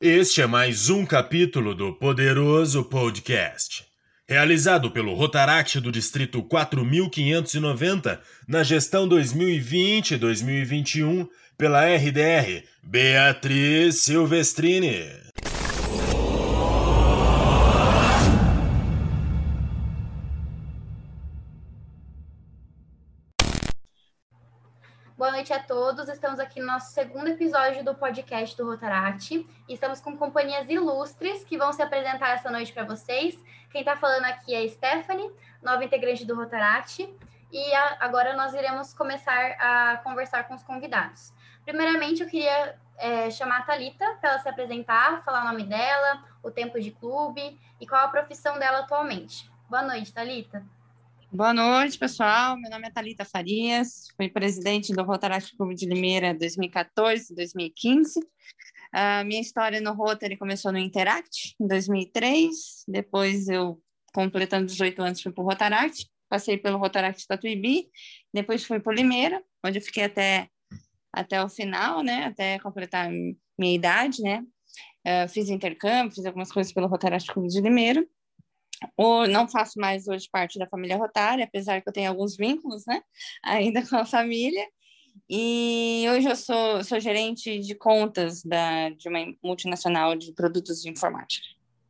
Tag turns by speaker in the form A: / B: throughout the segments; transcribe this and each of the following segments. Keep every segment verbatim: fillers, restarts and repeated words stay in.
A: Este é mais um capítulo do Poderoso Podcast, realizado pelo Rotaract do Distrito quatro mil quinhentos e noventa, na gestão dois mil e vinte a dois mil e vinte e um, pela R D R Beatriz Silvestrini.
B: Boa noite a todos, estamos aqui no nosso segundo episódio do podcast do Rotaract e estamos com companhias ilustres que vão se apresentar essa noite para vocês. Quem está falando aqui é a Stephanie, nova integrante do Rotaract, e a, agora nós iremos começar a conversar com os convidados. Primeiramente, eu queria é, chamar a Thalita para ela se apresentar, falar o nome dela, o tempo de clube e qual a profissão dela atualmente. Boa noite, Thalita.
C: Boa noite, pessoal. Meu nome é Thalita Farias, fui presidente do Rotaract Clube de Limeira dois mil e quatorze, dois mil e quinze. A minha história no Rotary começou no Interact, em dois mil e três. Depois, eu, completando dezoito anos, fui para o Rotaract. Passei pelo Rotaract Tatuíbi, depois fui para o Limeira, onde eu fiquei até, até o final, né? Até completar minha idade, né? Uh, fiz intercâmbio, fiz algumas coisas pelo Rotaract Clube de Limeira. Ou não faço mais hoje parte da família Rotary, apesar que eu tenho alguns vínculos, né, ainda com a família. E hoje eu sou, sou gerente de contas da, de uma multinacional de produtos de informática.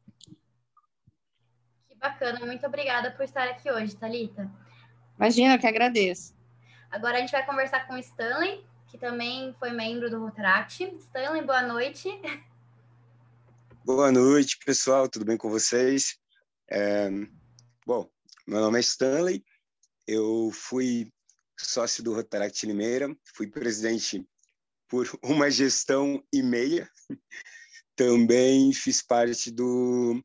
B: Que bacana, muito obrigada por estar aqui hoje, Thalita.
C: Imagina, eu que agradeço.
B: Agora a gente vai conversar com o Stanley, que também foi membro do Rotaract. Stanley, boa noite.
D: Boa noite, pessoal, tudo bem com vocês? É, bom, meu nome é Stanley, eu fui sócio do Rotaract Limeira, fui presidente por uma gestão e meia, também fiz parte do,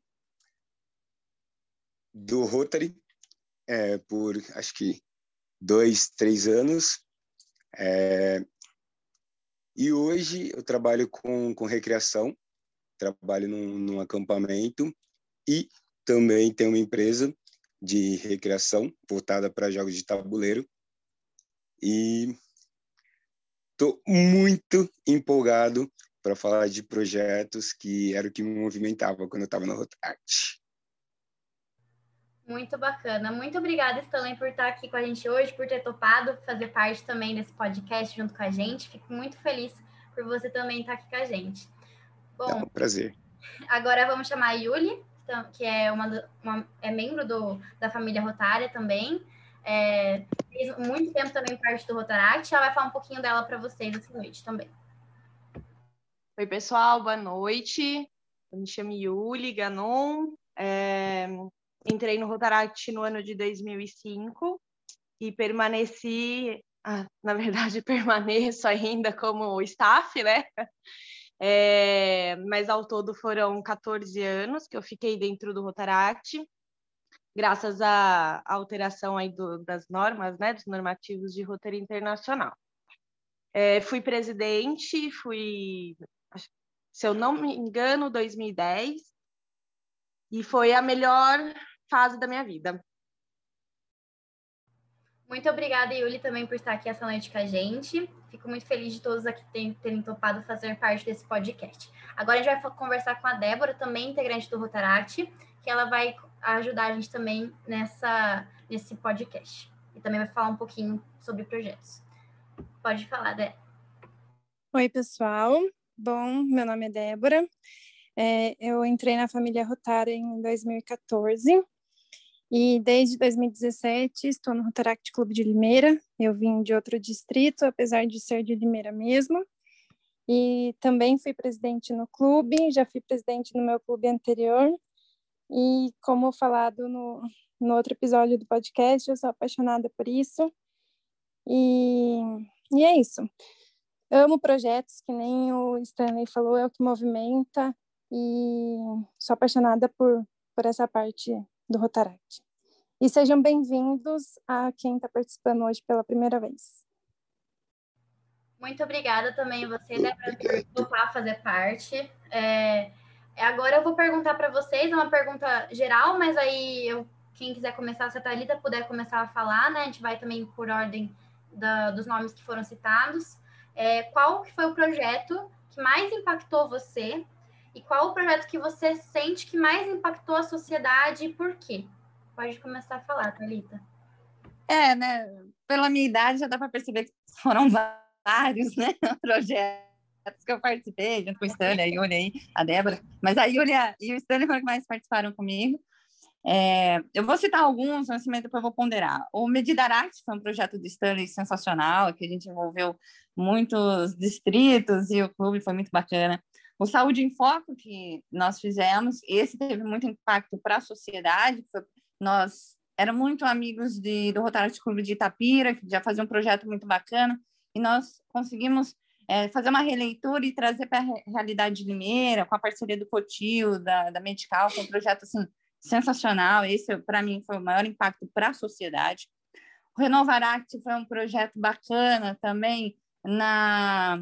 D: do Rotary é, por acho que dois, três anos, é, e hoje eu trabalho com, com recreação, trabalho num, num acampamento e também tem uma empresa de recreação voltada para jogos de tabuleiro. E estou muito empolgado para falar de projetos que era o que me movimentava quando eu estava no Rotaract.
B: Muito bacana. Muito obrigada, Stanley, por estar aqui com a gente hoje, por ter topado fazer parte também desse podcast junto com a gente. Fico muito feliz por você também estar aqui com a gente. Bom,
D: é um prazer.
B: Agora vamos chamar a Yuli, que é, uma, uma, é membro do, da família Rotária também. É, fez muito tempo também parte do Rotaract. Ela vai falar um pouquinho dela para vocês essa noite também.
E: Oi, pessoal, boa noite. Eu me chamo Yuli Ganon. É, entrei no Rotaract no ano de dois mil e cinco e permaneci, ah, na verdade, permaneço ainda como staff, né? É, mas ao todo foram quatorze anos que eu fiquei dentro do Rotaract, graças à alteração aí do, das normas, né, dos normativos de Rotary Internacional. É, fui presidente, fui, se eu não me engano, dois mil e dez, e foi a melhor fase da minha vida.
B: Muito obrigada, Yuli, também por estar aqui essa noite com a gente. Fico muito feliz de todos aqui terem, terem topado fazer parte desse podcast. Agora a gente vai conversar com a Débora, também integrante do Rotaract, que ela vai ajudar a gente também nessa, nesse podcast. E também vai falar um pouquinho sobre projetos. Pode falar, Dé.
F: Oi, pessoal. Bom, meu nome é Débora. É, eu entrei na família Rotary em dois mil e quatorze. E desde dois mil e dezessete estou no Rotaract Clube de Limeira. Eu vim de outro distrito, apesar de ser de Limeira mesmo. E também fui presidente no clube, já fui presidente no meu clube anterior. E como falado no, no outro episódio do podcast, eu sou apaixonada por isso. E, e é isso. Amo projetos, que nem o Stanley falou, é o que movimenta. E sou apaixonada por, por essa parte do Rotaract. E sejam bem-vindos a quem está participando hoje pela primeira vez.
B: Muito obrigada também você, Débora, por topar fazer parte. É, agora eu vou perguntar para vocês, é uma pergunta geral, mas aí eu, quem quiser começar, se a Thalita puder começar a falar, né? A gente vai também por ordem da, dos nomes que foram citados. É, qual que foi o projeto que mais impactou você E qual o projeto que você sente que mais impactou a sociedade e por quê? Pode começar a falar, Thalita.
C: É, né? Pela minha idade já dá para perceber que foram vários, né, projetos que eu participei, junto com o Stanley, a Yulia aí, a Débora. Mas a Yulia e o Stanley foram que mais participaram comigo. É, eu vou citar alguns, mas depois eu vou ponderar. O Medidaract foi um projeto do Stanley sensacional, que a gente envolveu muitos distritos e o clube foi muito bacana. O Saúde em Foco, que nós fizemos, esse teve muito impacto para a sociedade. Foi, nós éramos muito amigos de, do Rotaract Clube de Itapira, que já fazia um projeto muito bacana, e nós conseguimos é, fazer uma releitura e trazer para a realidade de Limeira, com a parceria do Cotil, da, da Medical, foi um projeto assim, sensacional. Esse, para mim, foi o maior impacto para a sociedade. O Renovaract foi um projeto bacana também na,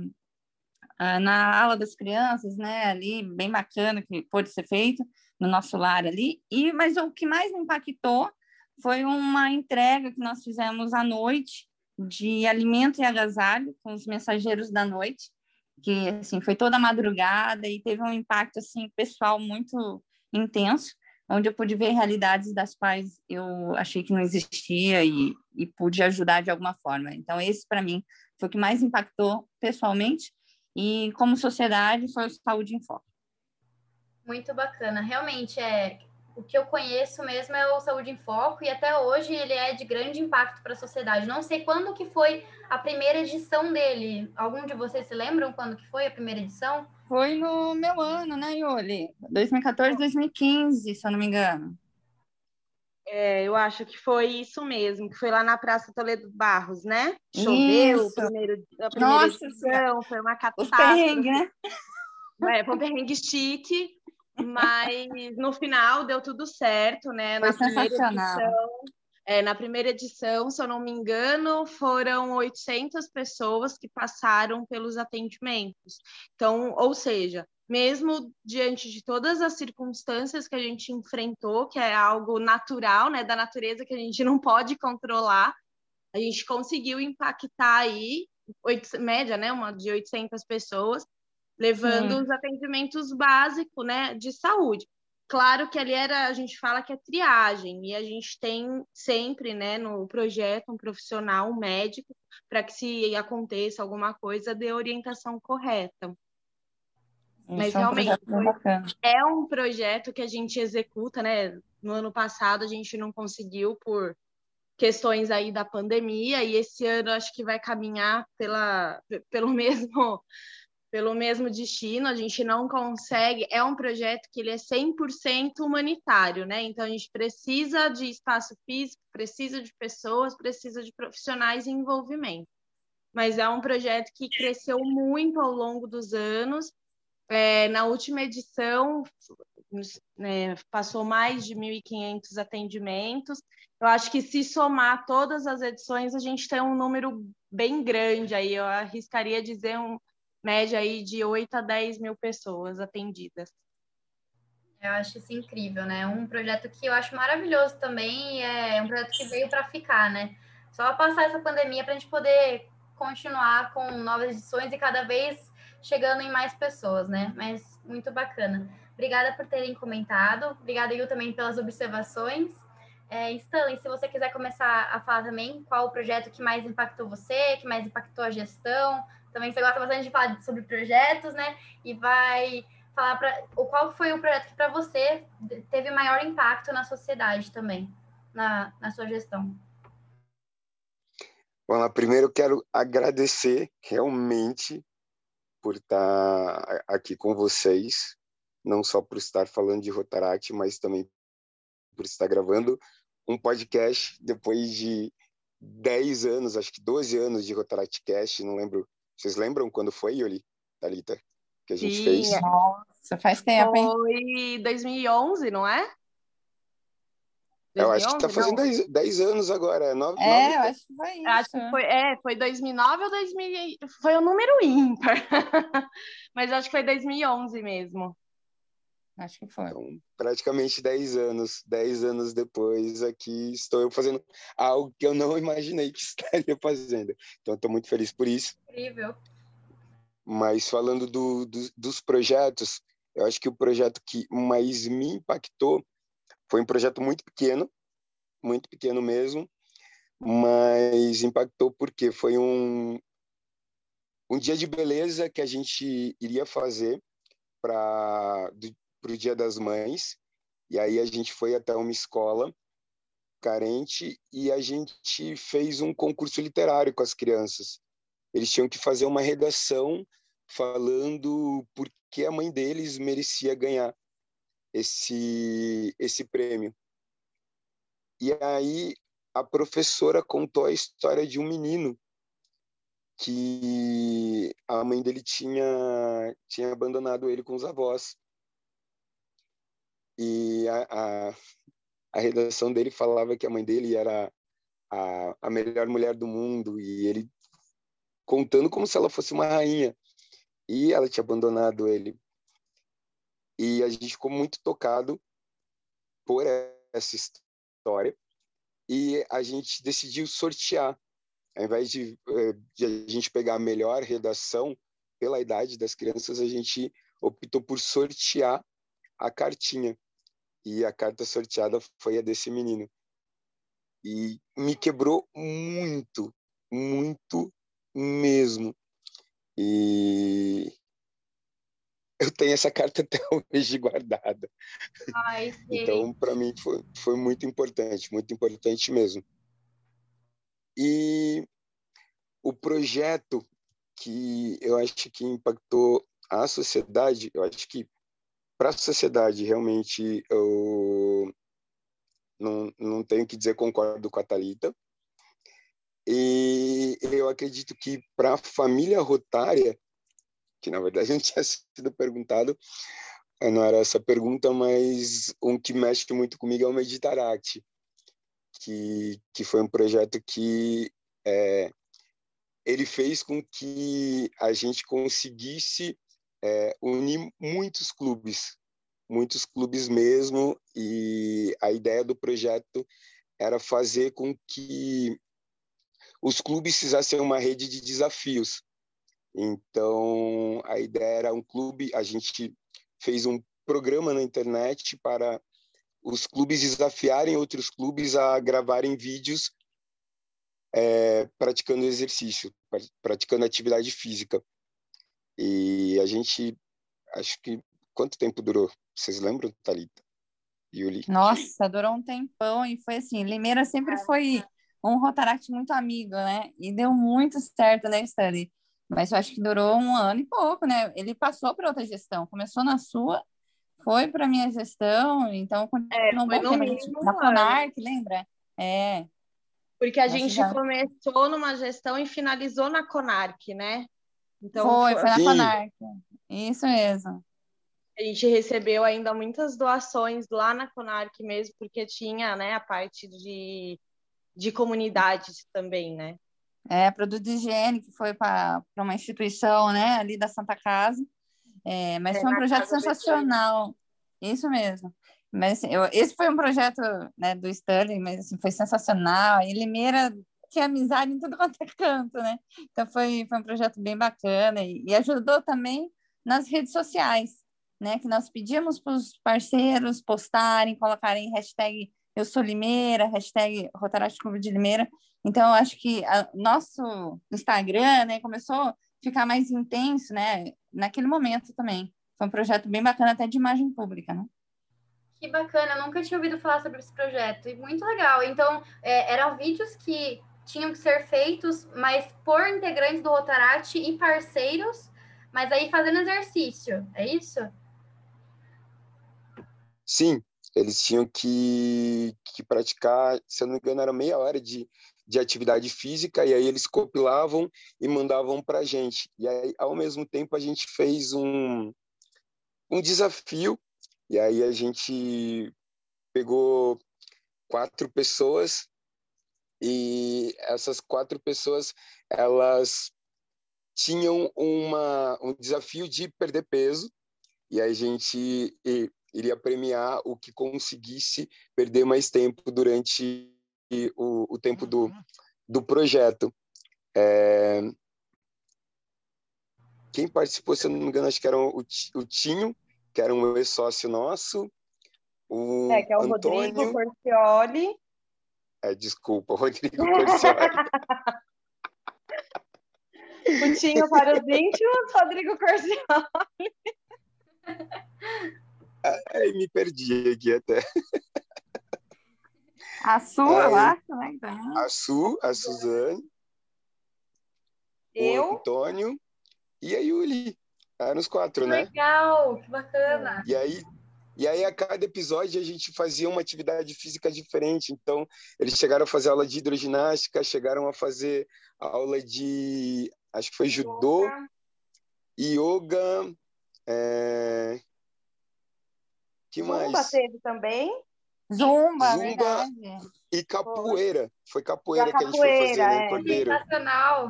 C: na ala das crianças, né? Ali, bem bacana, que pôde ser feito no nosso lar ali. E, mas o que mais me impactou foi uma entrega que nós fizemos à noite de alimento e agasalho com os mensageiros da noite, que assim, foi toda madrugada e teve um impacto assim, pessoal muito intenso, onde eu pude ver realidades das quais eu achei que não existia e, e pude ajudar de alguma forma. Então, esse, para mim, foi o que mais impactou pessoalmente e, como sociedade, foi o Saúde em Foco.
B: Muito bacana. Realmente, é o que eu conheço mesmo é o Saúde em Foco e até hoje ele é de grande impacto para a sociedade. Não sei quando que foi a primeira edição dele. Algum de vocês se lembram quando que foi a primeira edição?
C: Foi no meu ano, né, Yuli? dois mil e quatorze, dois mil e quinze, se eu não me engano.
E: É, eu acho que foi isso mesmo, que foi lá na Praça Toledo Barros, né? Choveu,
C: Isso.
E: primeiro, a primeira
C: Nossa,
E: edição, foi uma
C: os
E: catástrofe.
C: perrengues, né?
E: É, foi um perrengue chique, mas no final deu tudo certo, né?
C: Foi
E: na primeira
C: sensacional.
E: edição, é, na primeira edição, se eu não me engano, foram oitocentas pessoas que passaram pelos atendimentos. Então, ou seja, mesmo diante de todas as circunstâncias que a gente enfrentou, que é algo natural, né, da natureza que a gente não pode controlar, a gente conseguiu impactar aí, oito, média, né, uma de oitocentas pessoas, levando Sim. os atendimentos básicos, né, de saúde. Claro que ali era, a gente fala que é triagem, e a gente tem sempre, né, no projeto, um profissional, um médico, para que se aconteça alguma coisa, dê orientação correta.
C: Isso
E: Mas
C: é um
E: realmente
C: projeto bem bacana.
E: É um projeto que a gente executa, né? No ano passado a gente não conseguiu por questões aí da pandemia, e esse ano acho que vai caminhar pela, pelo mesmo pelo mesmo destino. A gente não consegue, é um projeto que ele é cem por cento humanitário, né? Então a gente precisa de espaço físico, precisa de pessoas, precisa de profissionais em envolvimento. Mas é um projeto que cresceu muito ao longo dos anos. É, na última edição, né, passou mais de mil e quinhentos atendimentos. Eu acho que se somar todas as edições, a gente tem um número bem grande aí. Eu arriscaria dizer um média aí de oito a dez mil pessoas atendidas.
B: Eu acho isso incrível, né? Um projeto que eu acho maravilhoso também, é um projeto que veio para ficar, né? Só passar essa pandemia para a gente poder continuar com novas edições e cada vez chegando em mais pessoas, né? Mas muito bacana. Obrigada por terem comentado. Obrigada, Yu, também pelas observações. É, Stanley, se você quiser começar a falar também qual o projeto que mais impactou você, que mais impactou a gestão. Também você gosta bastante de falar sobre projetos, né? E vai falar para qual foi o projeto que para você teve maior impacto na sociedade também, na, na sua gestão.
D: Bom, primeiro eu quero agradecer realmente por estar aqui com vocês, não só por estar falando de Rotaract, mas também por estar gravando um podcast depois de dez anos, acho que doze anos de RotaractCast, não lembro. Vocês lembram quando foi, Yuli, Thalita, que a gente
E: Sim,
D: fez?
C: Nossa, faz tempo, hein?
E: Foi dois mil e onze, não é?
D: Eu acho que está fazendo dez anos agora. nove,
C: é,
D: nove...
C: eu acho que foi isso.
E: Acho que foi, é, foi dois mil e nove ou dois mil, foi um número ímpar. Mas acho que foi dois mil e onze mesmo.
C: Acho que foi.
D: Então, praticamente dez anos. dez anos depois, aqui estou eu fazendo algo que eu não imaginei que estaria fazendo. Então, estou muito feliz por isso.
B: Incrível.
D: Mas falando do, do, dos projetos, Eu acho que o projeto que mais me impactou foi um projeto muito pequeno, muito pequeno mesmo, mas impactou porque foi um, um dia de beleza que a gente iria fazer para o Dia das Mães, e aí a gente foi até uma escola carente e a gente fez um concurso literário com as crianças. Eles tinham que fazer uma redação falando por que a mãe deles merecia ganhar esse, esse prêmio. E aí a professora contou a história de um menino que a mãe dele tinha, tinha abandonado ele com os avós. E a, a, a redação dele falava que a mãe dele era a, a melhor mulher do mundo, e ele contando como se ela fosse uma rainha, e ela tinha abandonado ele. E a gente ficou muito tocado por essa história, e a gente decidiu sortear. Ao invés de, de a gente pegar a melhor redação pela idade das crianças, a gente optou por sortear a cartinha. E a carta sorteada foi a desse menino. E me quebrou muito, muito mesmo. E eu tenho essa carta até hoje guardada.
B: Ai, sei.
D: Então, para mim, foi, foi muito importante, muito importante mesmo. E o projeto que eu acho que impactou a sociedade, eu acho que para a sociedade, realmente, eu não, não tenho que dizer concordo com a Thalita. E eu acredito que para a família rotária, que na verdade não tinha sido perguntado, não era essa pergunta, mas um que mexe muito comigo é o Meditaract, que, que foi um projeto que é, ele fez com que a gente conseguisse é, unir muitos clubes, muitos clubes mesmo, e a ideia do projeto era fazer com que os clubes fizessem uma rede de desafios. Então, a ideia era um clube, a gente fez um programa na internet para os clubes desafiarem outros clubes a gravarem vídeos é, praticando exercício, praticando atividade física. E a gente, acho que, quanto tempo durou? Vocês lembram, Thalita? Yuli?
C: Nossa, durou um tempão e foi assim, Limeira sempre foi um Rotaract muito amigo, né? E deu muito certo na Study. Mas eu acho que durou um ano e pouco, né? Ele passou para outra gestão, começou na sua, foi para minha gestão, então
E: É,
C: continuou um
E: foi
C: bom
E: no
C: tempo. A gente,
E: mínimo
C: na
E: um ano.
C: Conarc, lembra? É.
E: Porque a
C: Nossa,
E: gente
C: já...
E: começou numa gestão e finalizou na Conarc, né? Então,
C: Foi,
E: foi,
C: foi na
D: Sim.
C: Conarc. Isso mesmo.
E: a gente recebeu ainda muitas doações lá na Conarc mesmo, porque tinha, né, a parte de, de comunidades também, né?
C: É, produto de higiene, que foi para uma instituição, né, ali da Santa Casa. É, mas
E: É,
C: foi um
E: na
C: projeto
E: Casa
C: sensacional. Isso mesmo. Mas assim, eu, esse foi um projeto, né, do Stanley, mas assim, foi sensacional. E Limeira tinha amizade em tudo quanto é canto, né? Então foi, foi um projeto bem bacana e, e ajudou também nas redes sociais, né? Que nós pedíamos para os parceiros postarem, colocarem hashtag Eu Sou Limeira, hashtag Rotaract Clube de Limeira. Então, eu acho que a, nosso Instagram, né, começou a ficar mais intenso, né? Naquele momento também. Foi um projeto bem bacana, até de imagem pública, né?
B: Que bacana, eu nunca tinha ouvido falar sobre esse projeto, e muito legal. Então, é, eram vídeos que tinham que ser feitos, mas por integrantes do Rotaract e parceiros, mas aí fazendo exercício, é isso?
D: Sim, eles tinham que, que praticar, se eu não me engano, era meia hora de, de atividade física, e aí eles compilavam e mandavam para a gente. E aí, ao mesmo tempo, a gente fez um, um desafio, e aí a gente pegou quatro pessoas, e essas quatro pessoas, elas tinham uma, um desafio de perder peso, e a gente iria premiar o que conseguisse perder mais tempo durante o, o tempo do, do projeto. É... Quem participou, se eu não me engano, acho que era o, o Tinho que era um ex-sócio nosso, o
E: É, que é o
D: Antônio...
E: Rodrigo Corcioli.
D: É, desculpa, o Rodrigo Corcioli.
E: Putinho para os íntimos, Rodrigo Corcioli.
D: Aí me perdi aqui até.
C: A sua, eu
D: Aí,
C: acho, né? Então,
D: a Su, a Suzane,
E: Eu.
D: o Antônio e a Yuli. Eram os
B: Que
D: quatro, né?
B: legal, que bacana.
D: E aí, e aí, a cada episódio, a gente fazia uma atividade física diferente. Então, eles chegaram a fazer aula de hidroginástica, chegaram a fazer aula de, acho que foi judô, yoga, é... que
E: Zumba
D: mais?
E: teve também.
C: Zumba,
D: Zumba
C: verdade.
D: e capoeira. Foi
E: E
D: capoeira
E: a
D: que a gente foi fazer
E: capoeira,
D: lá em
E: é.
D: Cordeiro.
B: Sensacional.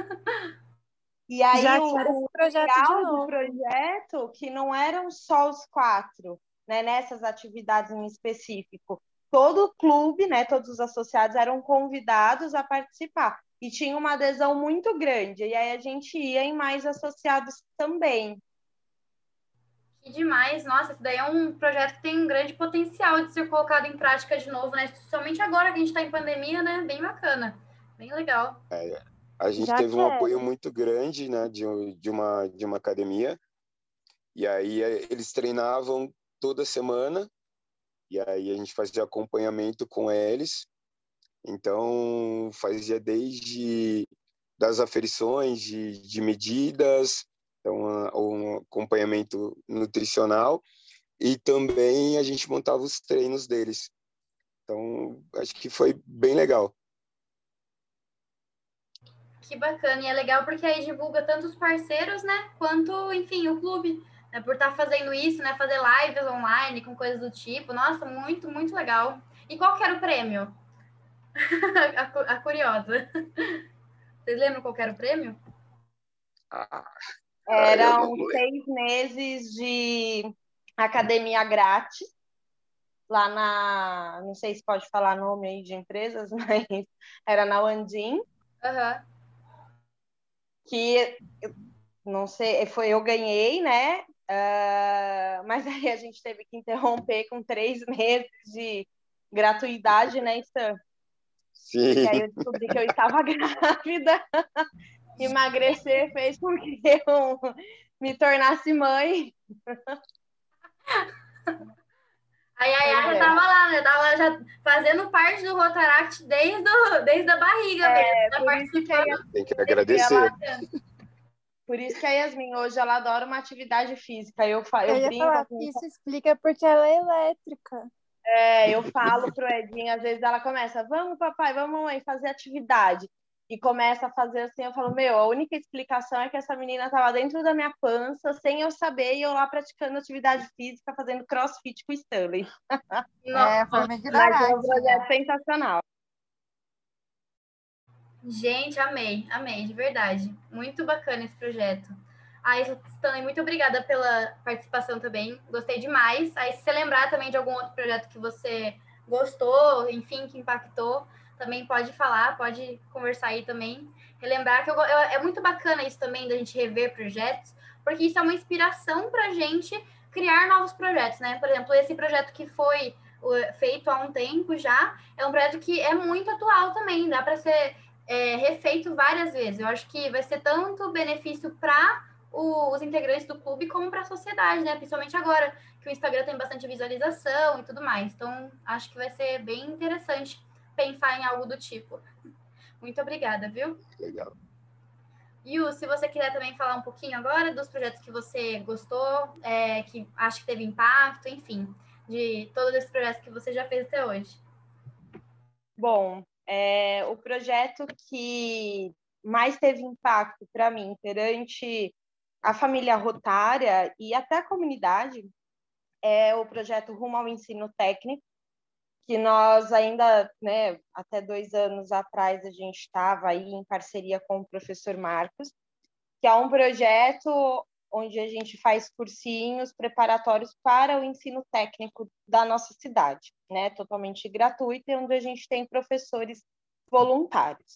E: E aí
F: Já
E: o,
F: quero
E: o
F: esse projeto de
E: legal do
F: novo.
E: projeto que não eram só os quatro, né, nessas atividades em específico. Todo o clube, né, todos os associados eram convidados a participar. E tinha uma adesão muito grande. E aí a gente ia em mais associados também.
B: Que demais. Nossa, esse daí é um projeto que tem um grande potencial de ser colocado em prática de novo, né? Somente agora que a gente está em pandemia, né? Bem bacana. Bem legal.
D: É, a gente
F: Já
D: teve um
F: quero.
D: apoio muito grande, né, de, de, uma, de uma academia. E aí eles treinavam toda semana. E aí a gente fazia acompanhamento com eles. Então, fazia desde das aferições de, de medidas, então, um acompanhamento nutricional, e também a gente montava os treinos deles. Então, acho que foi bem legal.
B: Que bacana. E é legal porque aí divulga tanto os parceiros, né? Quanto, enfim, o clube. Né, por estar fazendo isso, né? Fazer lives online com coisas do tipo. Nossa, muito, muito legal. E qual que era o prêmio? a, a curiosa. Vocês lembram qual que era o prêmio?
D: Ah,
E: Eram seis meses de academia grátis, lá na... Não sei se pode falar nome aí de empresas, mas era na Wandim.
B: Aham. Uhum.
E: Que, não sei, foi eu ganhei, né? Uh, mas aí a gente teve que interromper com três meses de gratuidade, né, Stan?
D: Sim.
E: E aí eu descobri que eu estava grávida. Emagrecer fez com que eu me tornasse mãe.
B: Aí a Yara
E: é.
B: tava lá, né? Tava já fazendo parte do Rotaract desde, o, desde a barriga
E: é,
B: mesmo. Tá
E: por isso que aí,
D: tem que agradecer.
E: ela, por isso que a Yasmin hoje ela adora uma atividade física. Eu, eu,
F: Eu ia
E: brinco
F: falar
E: assim,
F: que isso explica porque ela é elétrica.
E: É, eu falo pro Edinho, às vezes ela começa, vamos papai, vamos mamãe, fazer atividade. E começa a fazer assim, eu falo, meu, a única explicação é que essa menina estava dentro da minha pança, sem eu saber, e eu lá praticando atividade física, fazendo crossfit com o Stanley.
C: É, foi meio
E: Mas é um projeto sensacional.
B: Gente, amei, amei, de verdade. Muito bacana esse projeto. Aí, Stanley, muito obrigada pela participação também. Gostei demais. Aí, se você lembrar também de algum outro projeto que você gostou, enfim, que impactou, também pode falar, pode conversar aí também. Relembrar que eu, eu, é muito bacana isso também, da gente rever projetos, porque isso é uma inspiração para a gente criar novos projetos, né? Por exemplo, esse projeto que foi feito há um tempo já, é um projeto que é muito atual também, dá para ser é, refeito várias vezes. Eu acho que vai ser tanto benefício para os integrantes do clube como para a sociedade, né? Principalmente agora que o Instagram tem bastante visualização e tudo mais. Então, acho que vai ser bem interessante pensar em algo do tipo. Muito obrigada, viu?
D: Legal.
B: Yu, se você quiser também falar um pouquinho agora dos projetos que você gostou, é, que acha que teve impacto, enfim, de todos esses projetos que você já fez até hoje.
E: Bom, é, o projeto que mais teve impacto para mim perante a família rotária e até a comunidade é o projeto Rumo ao Ensino Técnico, que nós ainda, né, até dois anos atrás, a gente estava aí em parceria com o professor Marcos, que é um projeto onde a gente faz cursinhos preparatórios para o ensino técnico da nossa cidade, né, totalmente gratuito, e onde a gente tem professores voluntários.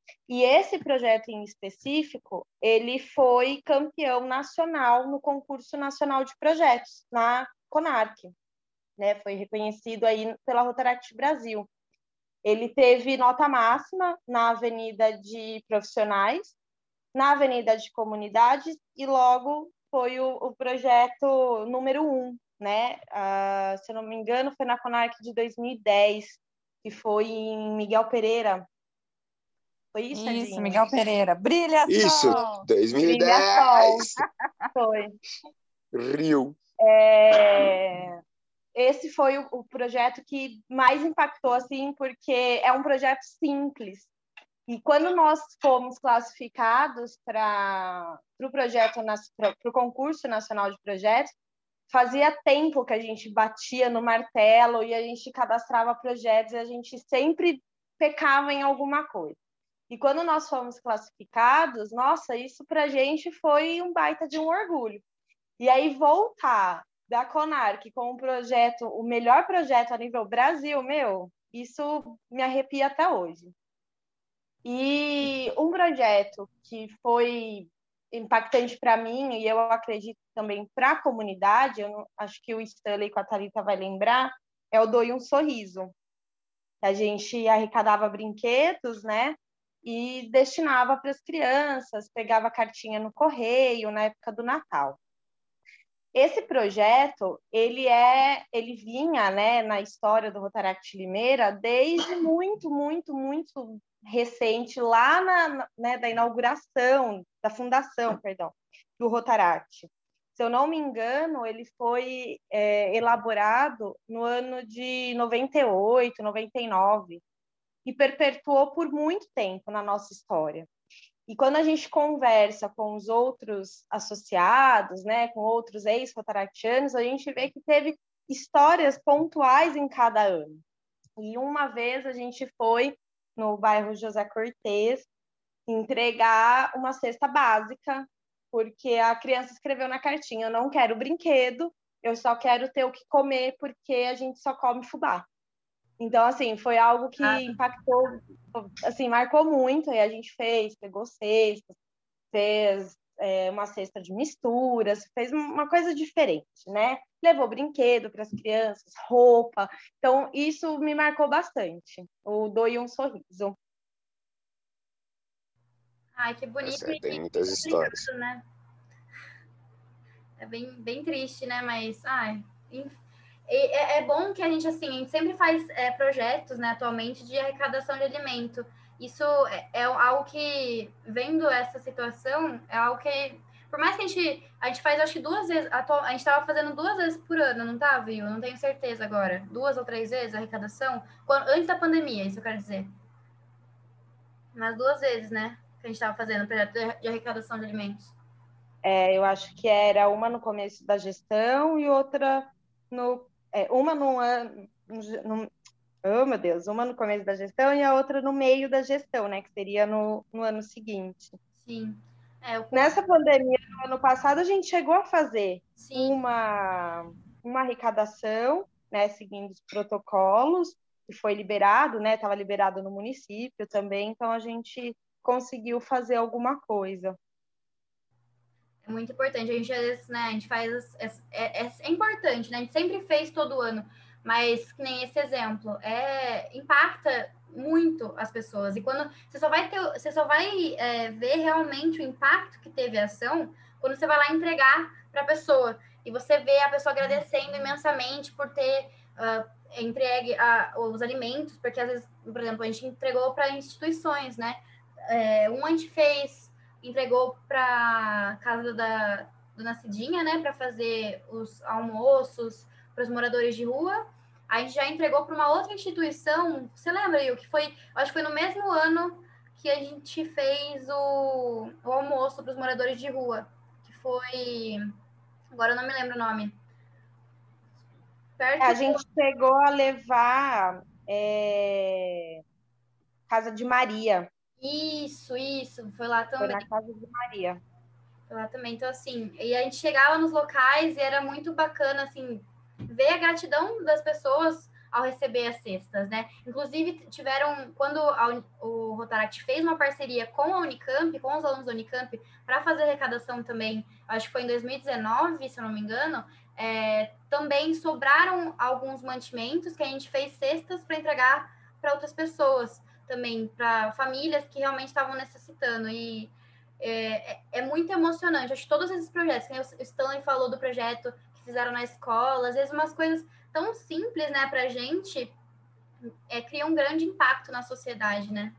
E: E esse projeto em específico, ele foi campeão nacional no concurso nacional de projetos, na CONARC, né? Foi reconhecido aí pela Rotaract Brasil. Ele teve nota máxima na Avenida de Profissionais, na Avenida de Comunidades, e logo foi o, o projeto número um, né? Uh, se eu não me engano, foi na CONARC de dois mil e dez, que foi em Miguel Pereira. Foi isso,
C: Isso,
E: Adinho?
C: Miguel Pereira. Brilha
D: Isso,
C: Sol!
D: dois mil e dez.
E: Brilha Sol. Foi.
D: Rio.
E: É... Esse foi o, o projeto que mais impactou, assim, porque é um projeto simples. E quando nós fomos classificados para o projeto, para o concurso nacional de projetos, fazia tempo que a gente batia no martelo e a gente cadastrava projetos e a gente sempre pecava em alguma coisa. E quando nós fomos classificados, nossa, isso para a gente foi um baita de um orgulho. E aí voltar da CONARC com um projeto, o melhor projeto a nível Brasil, meu, isso me arrepia até hoje. E um projeto que foi impactante para mim, e eu acredito também para a comunidade, eu não, acho que o Stanley com a Thalita vai lembrar, é o Doe um Sorriso. A gente arrecadava brinquedos, né? E destinava para as crianças, pegava cartinha no correio na época do Natal. Esse projeto, ele é, ele vinha, né, na história do Rotaract Limeira desde muito, muito, muito recente, lá na, né, da inauguração, da fundação, perdão, do Rotaract. Se eu não me engano, ele foi é, elaborado no ano de noventa e oito, noventa e nove, e perpetuou por muito tempo na nossa história. E quando a gente conversa com os outros associados, né, com outros ex-rotaractianos, a gente vê que teve histórias pontuais em cada ano. E uma vez a gente foi no bairro José Cortez entregar uma cesta básica, porque a criança escreveu na cartinha: eu não quero brinquedo, eu só quero ter o que comer, porque a gente só come fubá. Então, assim, foi algo que ah. impactou, assim, marcou muito. E a gente fez, pegou cestas, fez é, uma cesta de misturas, fez uma coisa diferente, né? Levou brinquedo para as crianças, roupa. Então, isso me marcou bastante. O Doe um Sorriso.
B: Ai, que bonito.
D: Nossa, tem muitas histórias.
B: Né? É bem, bem triste, né? Mas, ai, enfim. É, é bom que a gente, assim, a gente sempre faz é, projetos, né, atualmente, de arrecadação de alimento. Isso é, é algo que, vendo essa situação, é algo que, por mais que a gente, a gente faz, acho que duas vezes, atual, a gente estava fazendo duas vezes por ano, não tá, viu? Não tenho certeza agora. Duas ou três vezes a arrecadação, quando, antes da pandemia, isso eu quero dizer. Mas duas vezes, né, que a gente estava fazendo projeto de arrecadação de alimentos.
E: É, eu acho que era uma no começo da gestão e outra no... É, uma no ano, no, oh meu Deus, uma no começo da gestão e a outra no meio da gestão, né, que seria no, no ano seguinte.
B: Sim. É, eu...
E: Nessa pandemia, no ano passado, a gente chegou a fazer
B: Sim.
E: uma, uma arrecadação, né, seguindo os protocolos, que foi liberado, né, estava liberado no município também, então a gente conseguiu fazer alguma coisa.
B: É muito importante. A gente, às vezes, né, a gente faz... É, é, é importante, né? A gente sempre fez todo ano, mas que nem esse exemplo, é, impacta muito as pessoas. E quando você só vai ter, você só vai é, ver realmente o impacto que teve a ação quando você vai lá entregar para a pessoa. E você vê a pessoa agradecendo imensamente por ter uh, entregue a, os alimentos, porque às vezes, por exemplo, a gente entregou para instituições, né? É, um a gente fez... entregou para casa da Dona Cidinha, né, para fazer os almoços para os moradores de rua. A gente já entregou para uma outra instituição. Você lembra, Yu, que foi, acho que foi no mesmo ano que a gente fez o, o almoço para os moradores de rua, que foi, agora eu não me lembro o nome.
E: Perto a gente do... chegou a levar é... Casa de Maria.
B: Isso, isso, foi lá também.
E: Foi na Casa de Maria.
B: Foi lá também, então assim, e a gente chegava nos locais e era muito bacana, assim, ver a gratidão das pessoas ao receber as cestas, né? Inclusive, tiveram, quando a, o Rotaract fez uma parceria com a Unicamp, com os alunos da Unicamp, para fazer arrecadação também, acho que foi em dois mil e dezenove, se eu não me engano, é, também sobraram alguns mantimentos que a gente fez cestas para entregar para outras pessoas, também para famílias que realmente estavam necessitando. E é, é muito emocionante. Acho que todos esses projetos, que o Stanley falou do projeto que fizeram na escola, às vezes umas coisas tão simples, né, para a gente, é, cria um grande impacto na sociedade, né?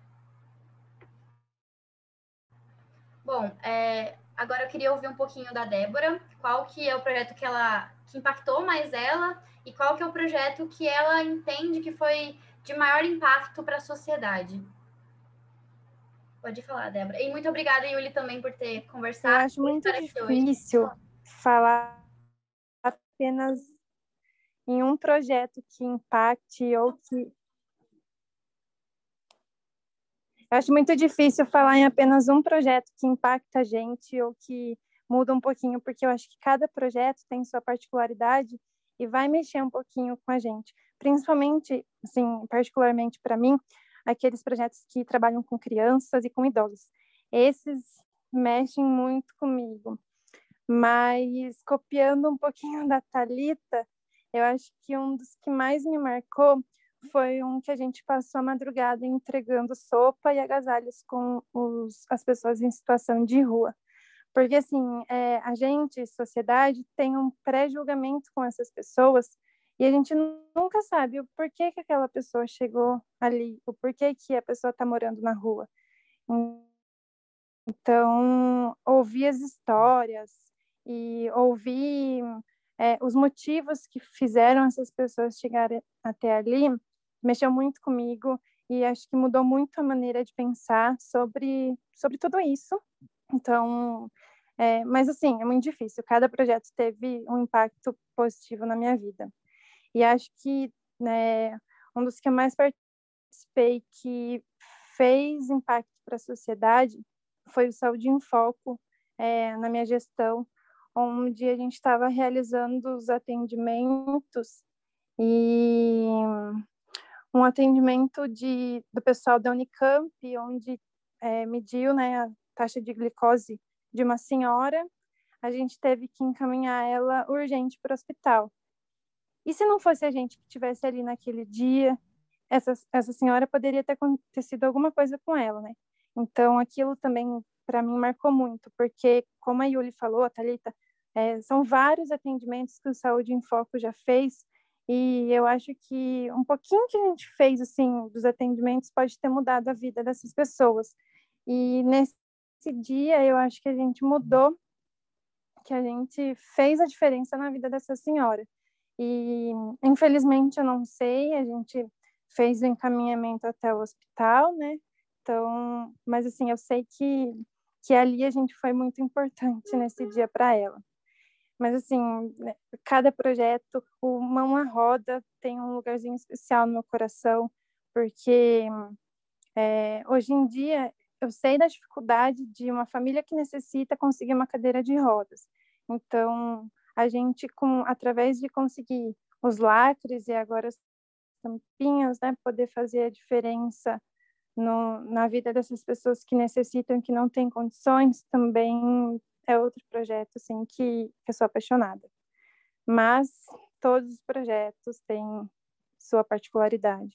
B: Bom, é, agora eu queria ouvir um pouquinho da Débora, qual que é o projeto que ela que impactou mais ela e qual que é o projeto que ela entende que foi de maior impacto para a sociedade. Pode falar, Débora. E muito obrigada, Yuli, também por ter conversado.
F: Eu acho muito difícil hoje. falar apenas em um projeto que impacte ou que... Eu acho muito difícil falar em apenas um projeto que impacta a gente ou que muda um pouquinho, porque eu acho que cada projeto tem sua particularidade e vai mexer um pouquinho com a gente. Principalmente, assim, particularmente para mim, aqueles projetos que trabalham com crianças e com idosos. Esses mexem muito comigo. Mas, copiando um pouquinho da Thalita, eu acho que um dos que mais me marcou foi um que a gente passou a madrugada entregando sopa e agasalhos com os, as pessoas em situação de rua. Porque, assim, é, a gente, sociedade, tem um pré-julgamento com essas pessoas e a gente nunca sabe o porquê que aquela pessoa chegou ali, o porquê que a pessoa está morando na rua. Então, ouvir as histórias e ouvir é, os motivos que fizeram essas pessoas chegarem até ali mexeu muito comigo e acho que mudou muito a maneira de pensar sobre, sobre tudo isso. Então, é, mas assim, é muito difícil. Cada projeto teve um impacto positivo na minha vida. E acho que né, um dos que eu mais participei que fez impacto para a sociedade foi o Saúde em Foco, é, na minha gestão, onde a gente estava realizando os atendimentos e um atendimento de, do pessoal da Unicamp, onde é, mediu né, a taxa de glicose de uma senhora, a gente teve que encaminhar ela urgente para o hospital. E se não fosse a gente que estivesse ali naquele dia, essa, essa senhora poderia ter acontecido alguma coisa com ela, né? Então, aquilo também, para mim, marcou muito, porque, como a Yuli falou, a Thalita, é, são vários atendimentos que o Saúde em Foco já fez, e eu acho que um pouquinho que a gente fez, assim, dos atendimentos pode ter mudado a vida dessas pessoas. E nesse dia, eu acho que a gente mudou, que a gente fez a diferença na vida dessa senhora. E, infelizmente, eu não sei, a gente fez o encaminhamento até o hospital, né? Então, mas assim, eu sei que, que ali a gente foi muito importante nesse dia para ela. Mas assim, cada projeto, o Mão à Roda tem um lugarzinho especial no meu coração, porque é, hoje em dia eu sei da dificuldade de uma família que necessita conseguir uma cadeira de rodas. Então, a gente, com, através de conseguir os lacres e agora as tampinhas, né, poder fazer a diferença no, na vida dessas pessoas que necessitam, que não têm condições, também é outro projeto assim, que, que eu sou apaixonada. Mas todos os projetos têm sua particularidade.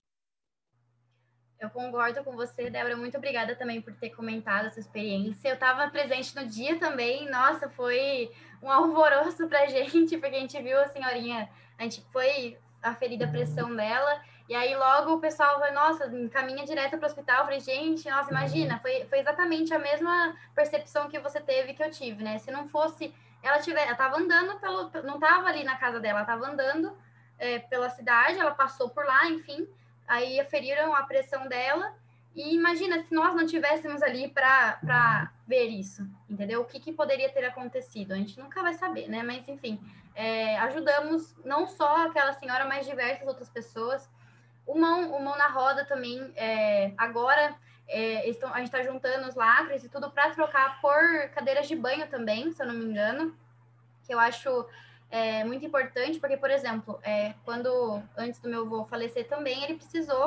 B: Eu concordo com você, Débora. Muito obrigada também por ter comentado essa experiência. Eu estava presente no dia também. Nossa, foi um alvoroço pra gente, porque a gente viu a senhorinha, a gente foi aferir a pressão dela, e aí logo o pessoal falou, nossa, caminha direto para o hospital. Eu falei, gente, nossa, imagina, foi, foi exatamente a mesma percepção que você teve que eu tive, né? Se não fosse, ela tiver, ela estava andando pelo, não estava ali na casa dela, ela estava andando é, pela cidade, ela passou por lá, enfim. Aí aferiram a pressão dela. E imagina se nós não tivéssemos ali para ver isso, entendeu? O que, que poderia ter acontecido? A gente nunca vai saber, né? Mas, enfim, é, ajudamos não só aquela senhora, mas diversas outras pessoas. O Mão, o Mão na Roda também, é, agora é, estão, a gente está juntando os lacres e tudo para trocar por cadeiras de banho também, se eu não me engano, que eu acho... É muito importante, porque, por exemplo, é, quando antes do meu avô falecer também, ele precisou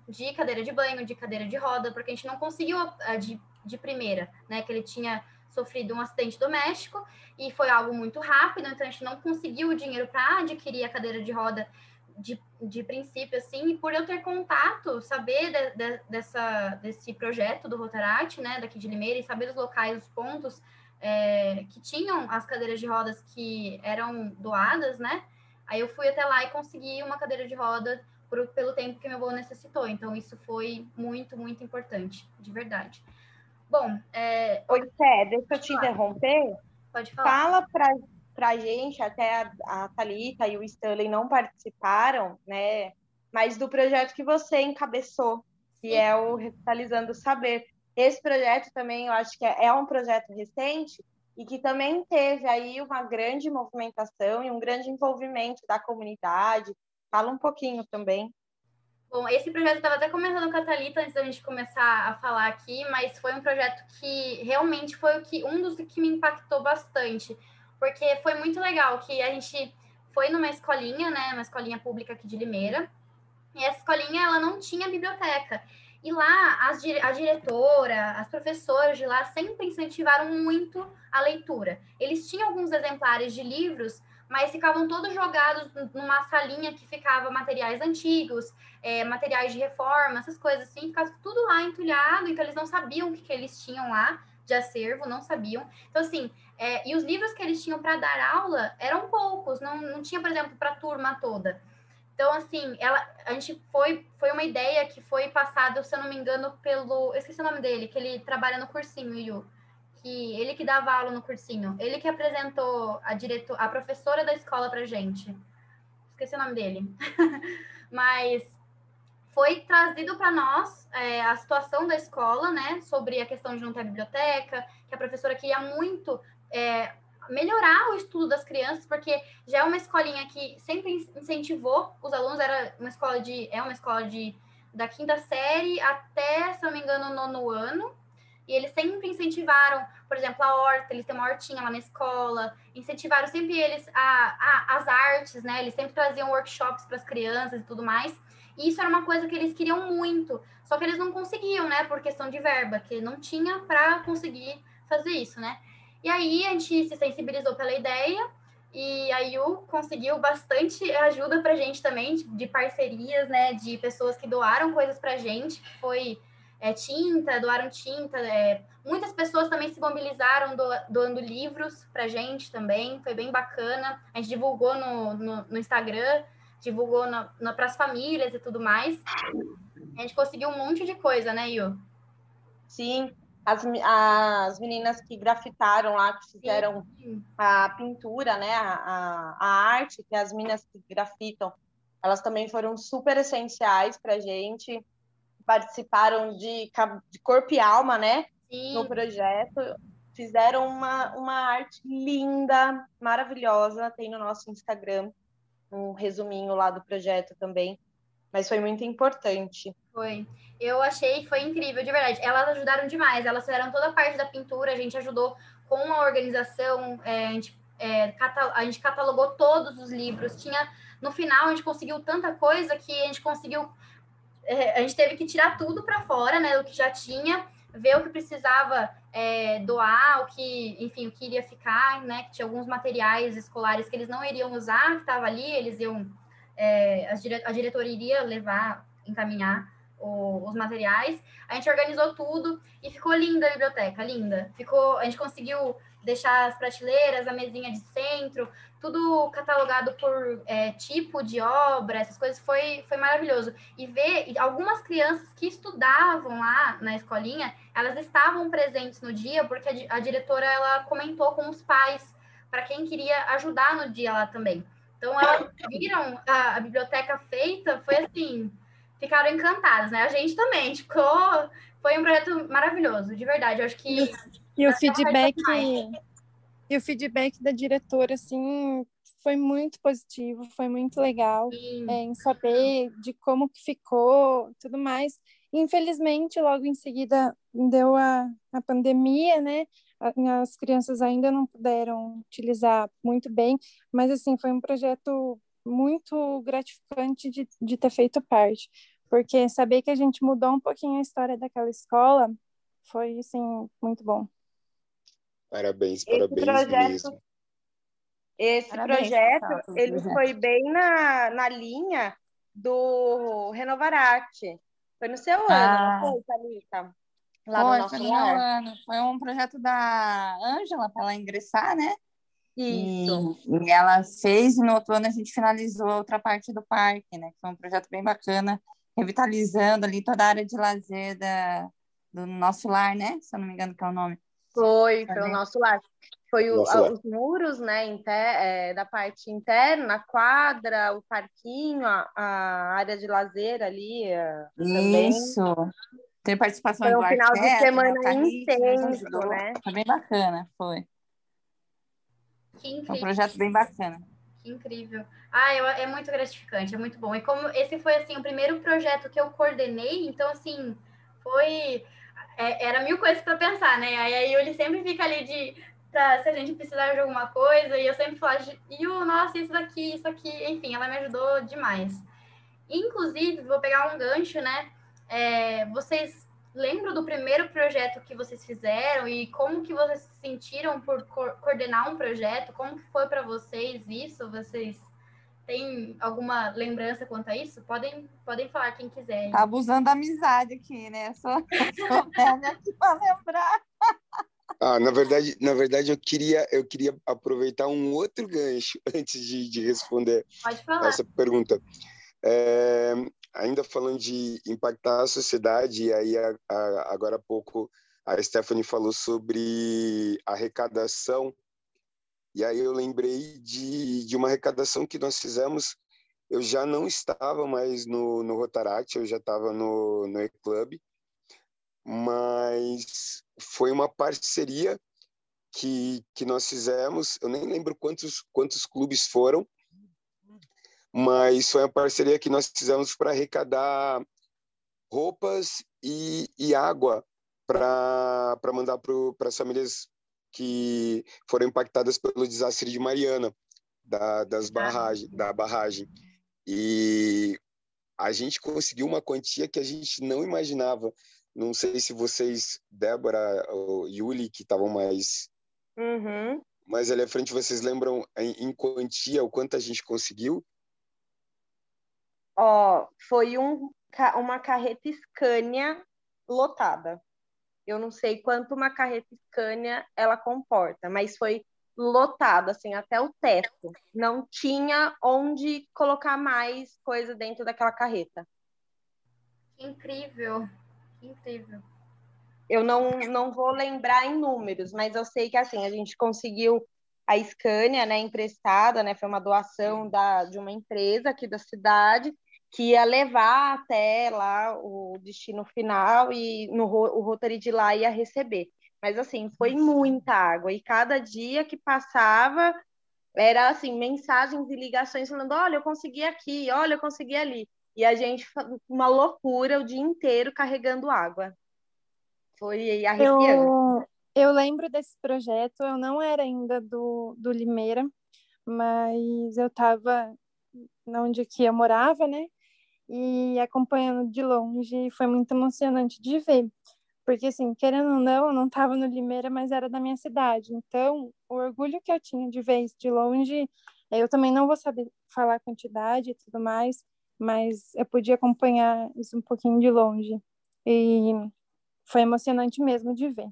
B: de cadeira de banho, de cadeira de roda, porque a gente não conseguiu a de, de primeira, né? Que ele tinha sofrido um acidente doméstico e foi algo muito rápido, então a gente não conseguiu o dinheiro para adquirir a cadeira de roda de, de princípio, assim, e por eu ter contato, saber de, de, dessa, desse projeto do Rotaract, né, daqui de Limeira, e saber os locais, os pontos é, que tinham as cadeiras de rodas que eram doadas, né, aí eu fui até lá e consegui uma cadeira de roda por, pelo tempo que meu avô necessitou, então isso foi muito, muito importante, de verdade. Bom, é...
E: Oi, Té, deixa eu te interromper.
B: Pode falar.
E: Fala para para a gente, até a, a Thalita e o Stanley não participaram, né? Mas do projeto que você encabeçou, que Sim. é o Revitalizando o Saber. Esse projeto também, eu acho que é, é um projeto recente e que também teve aí uma grande movimentação e um grande envolvimento da comunidade. Fala um pouquinho também.
B: Bom, esse projeto estava até comentando com a Thalita antes da gente começar a falar aqui, mas foi um projeto que realmente foi o que, um dos que me impactou bastante, porque foi muito legal que a gente foi numa escolinha, né, uma escolinha pública aqui de Limeira, e essa escolinha, ela não tinha biblioteca. E lá, as, a diretora, as professoras de lá sempre incentivaram muito a leitura. Eles tinham alguns exemplares de livros, mas ficavam todos jogados numa salinha que ficava materiais antigos, é, materiais de reforma, essas coisas assim, ficava tudo lá entulhado, então eles não sabiam o que, que eles tinham lá de acervo, não sabiam. Então, assim, é, e os livros que eles tinham para dar aula eram poucos, não, não tinha, por exemplo, para a turma toda. Então, assim, ela, a gente foi, foi uma ideia que foi passada, se eu não me engano, pelo... Eu esqueci o nome dele, que ele trabalha no cursinho, Yu. Que ele que dava aula no cursinho. Ele que apresentou a, diretor, a professora da escola pra gente. Esqueci o nome dele. Mas foi trazido para nós é, a situação da escola, né? Sobre a questão de não ter biblioteca, que a professora queria muito... É, melhorar o estudo das crianças, porque já é uma escolinha que sempre incentivou os alunos, era uma escola de, é uma escola de, da quinta série até, se não me engano, o nono ano, e eles sempre incentivaram, por exemplo, a horta, eles têm uma hortinha lá na escola, incentivaram sempre eles a, a, as artes, né, eles sempre traziam workshops para as crianças e tudo mais, e isso era uma coisa que eles queriam muito, só que eles não conseguiam, né, por questão de verba, que não tinha para conseguir fazer isso, né. E aí a gente se sensibilizou pela ideia e a Yu conseguiu bastante ajuda para a gente também, de parcerias, né, de pessoas que doaram coisas para a gente, que foi é, tinta, doaram tinta, é, muitas pessoas também se mobilizaram do, doando livros para a gente também, foi bem bacana, a gente divulgou no, no, no Instagram, divulgou para as famílias e tudo mais, a gente conseguiu um monte de coisa, né, Yu?
E: Sim. As, as meninas que grafitaram lá, que fizeram Sim. a pintura, né, a, a arte, que as meninas que grafitam, elas também foram super essenciais para a gente, participaram de, de corpo e alma, né, Sim. no projeto, fizeram uma, uma arte linda, maravilhosa, tem no nosso Instagram um resuminho lá do projeto também, mas foi muito importante.
B: Foi. Eu achei que foi incrível, de verdade. Elas ajudaram demais, elas fizeram toda a parte da pintura, a gente ajudou com a organização, é, a, gente, é, cata, a gente catalogou todos os livros. Tinha, no final, a gente conseguiu tanta coisa que a gente conseguiu. É, a gente teve que tirar tudo para fora, né? O que já tinha, ver o que precisava é, doar, o que, enfim, o que iria ficar, né? Que tinha alguns materiais escolares que eles não iriam usar, que estava ali, eles iam. É, a, dire, a diretoria iria levar, encaminhar o, os materiais, a gente organizou tudo e ficou linda a biblioteca, linda. Ficou, a gente conseguiu deixar as prateleiras, a mesinha de centro, tudo catalogado por é, tipo de obra, essas coisas, foi, foi maravilhoso. E ver algumas crianças que estudavam lá na escolinha, elas estavam presentes no dia, porque a, a diretora, ela comentou com os pais, para quem queria ajudar no dia lá também. Então, elas viram a, a biblioteca feita, foi assim... ficaram encantadas, né? A gente também ficou... Foi um projeto maravilhoso, de verdade. Eu acho que...
F: E o, e o feedback... E o feedback da diretora, assim, foi muito positivo, foi muito legal é, em saber de como que ficou, tudo mais. Infelizmente, logo em seguida, deu a, a pandemia, né? As crianças ainda não puderam utilizar muito bem, mas, assim, foi um projeto muito gratificante de, de ter feito parte, porque saber que a gente mudou um pouquinho a história daquela escola foi, assim, muito bom.
D: Parabéns,
E: Esse
D: parabéns
E: projeto,
D: mesmo.
E: esse
C: Parabéns,
E: projeto,
C: pessoal, pelo
E: ele
C: projeto.
E: foi bem na, na linha do Renovar Arte. Foi no seu ano, não
C: Ah,
E: foi, Thalita? Lá no
C: foi, foi
E: nosso
C: no meu
E: lar?
C: ano. Foi um projeto da Ângela para ela ingressar, né? E,
E: Isso.
C: e ela fez, e no outro ano a gente finalizou a outra parte do parque, né? Que foi um projeto bem bacana, revitalizando ali toda a área de lazer da, do nosso lar, né? Se eu não me engano, que é o nome.
E: Foi,
C: Foi
E: foi o
C: bem-
E: nosso lar. Foi o-
D: Nossa,
E: a-
D: lá.
E: os muros, né, inte- é, da parte interna, a quadra, o parquinho, a, a área de lazer ali é, também.
C: Isso. Tem participação
E: Foi
C: do
E: um final de
C: arquiteto, né? O
E: semana
C: Carrite nos
E: intenso,
C: ajudou.
E: né?
C: Foi bem bacana, foi.
B: Que
C: Foi um
B: incrível.
C: projeto bem bacana.
B: Que incrível. Ah, eu, é muito gratificante, é muito bom. E como esse foi, assim, o primeiro projeto que eu coordenei, então, assim, foi... é, era mil coisas para pensar, né? Aí a Yuli sempre fica ali de... Pra, se a gente precisar de alguma coisa, e eu sempre falo, Yu, nossa, isso daqui, isso aqui... Enfim, ela me ajudou demais. Inclusive, vou pegar um gancho, né? É, vocês lembram do primeiro projeto que vocês fizeram e como que vocês se sentiram por co- coordenar um projeto? Como que foi para vocês isso? Vocês têm alguma lembrança quanto a isso? Podem, podem falar quem quiser. hein?
C: Tá abusando da amizade aqui, né? Só, só velha aqui para lembrar.
D: Ah, na verdade, na verdade eu queria, eu queria aproveitar um outro gancho antes de, de responder
B: Pode falar.
D: essa pergunta. É, ainda falando de impactar a sociedade, e aí a, a, agora há pouco a Stephanie falou sobre arrecadação, e aí eu lembrei de, de uma arrecadação que nós fizemos. Eu já não estava mais no, no Rotaract, eu já estava no, no E-Club, mas foi uma parceria que, que nós fizemos. Eu nem lembro quantos, quantos clubes foram, mas foi uma parceria que nós fizemos para arrecadar roupas e, e água para mandar para as famílias que foram impactadas pelo desastre de Mariana, da, das barragem, da barragem. E a gente conseguiu uma quantia que a gente não imaginava. Não sei se vocês, Débora ou Yuli, que estavam mais,
E: Uhum.
D: mais ali à frente, vocês lembram em, em quantia o quanto a gente conseguiu?
E: Ó, foi um, ca- uma carreta Scania lotada. Eu não sei quanto uma carreta Scania ela comporta, mas foi lotada, assim, até o teto. Não tinha onde colocar mais coisa dentro daquela carreta.
B: Que incrível. Que incrível.
E: Eu não, não vou lembrar em números, mas eu sei que, assim, a gente conseguiu a Scania, né, emprestada, né, foi uma doação da, de uma empresa aqui da cidade, que ia levar até lá o destino final e no, o Rotary de lá ia receber. Mas, assim, foi muita água. E cada dia que passava, era, assim, mensagens e ligações falando, olha, eu consegui aqui, olha, eu consegui ali. E a gente, uma loucura, o dia inteiro carregando água. Foi arrepiante.
F: Eu, eu lembro desse projeto, eu não era ainda do, do Limeira, mas eu estava onde que eu morava, né? E acompanhando de longe, foi muito emocionante de ver. Porque, assim, querendo ou não, eu não estava no Limeira, mas era da minha cidade. Então, o orgulho que eu tinha de ver isso de longe, eu também não vou saber falar a quantidade e tudo mais, mas eu podia acompanhar isso um pouquinho de longe. E foi emocionante mesmo de ver.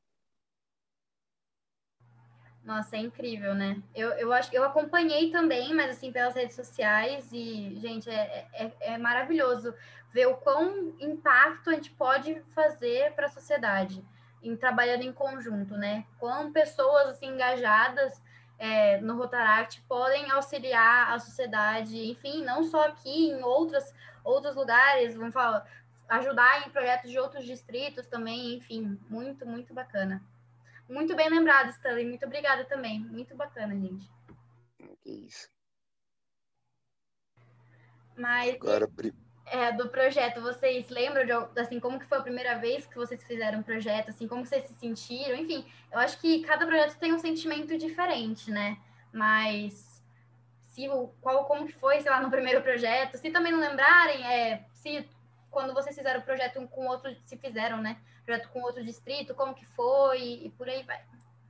B: Nossa, é incrível, né? Eu, eu acho eu acompanhei também, mas assim, pelas redes sociais, e, gente, é, é, é maravilhoso ver o quão impacto a gente pode fazer para a sociedade em trabalhando em conjunto, né? Quão pessoas assim, engajadas é, no Rotaract podem auxiliar a sociedade, enfim, não só aqui, em outras, outros lugares, vamos falar, ajudar em projetos de outros distritos também, enfim, muito, muito bacana. Muito bem lembrado, Stanley. Muito obrigada também. Muito bacana, gente.
D: Que isso.
B: Mas
D: Agora, pri-
B: é, do projeto, vocês lembram de assim como que foi a primeira vez que vocês fizeram um projeto, assim como vocês se sentiram? Enfim, eu acho que cada projeto tem um sentimento diferente, né? Mas se o qual como que foi, sei lá, no primeiro projeto, se também não lembrarem, é, se quando vocês fizeram o projeto um com outro, se fizeram, né? Projeto com outro distrito, como que foi e por aí vai.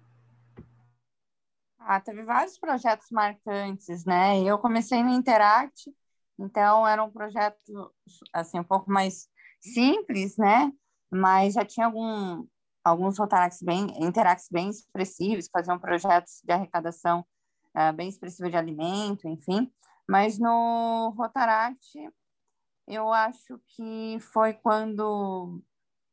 C: Ah, teve vários projetos marcantes, né? Eu comecei no Interact, então era um projeto assim um pouco mais simples, né? Mas já tinha algum, alguns Rotaracts bem, Interacts bem expressivos, que faziam projetos de arrecadação uh, bem expressiva de alimento, enfim. Mas no Rotaract, eu acho que foi quando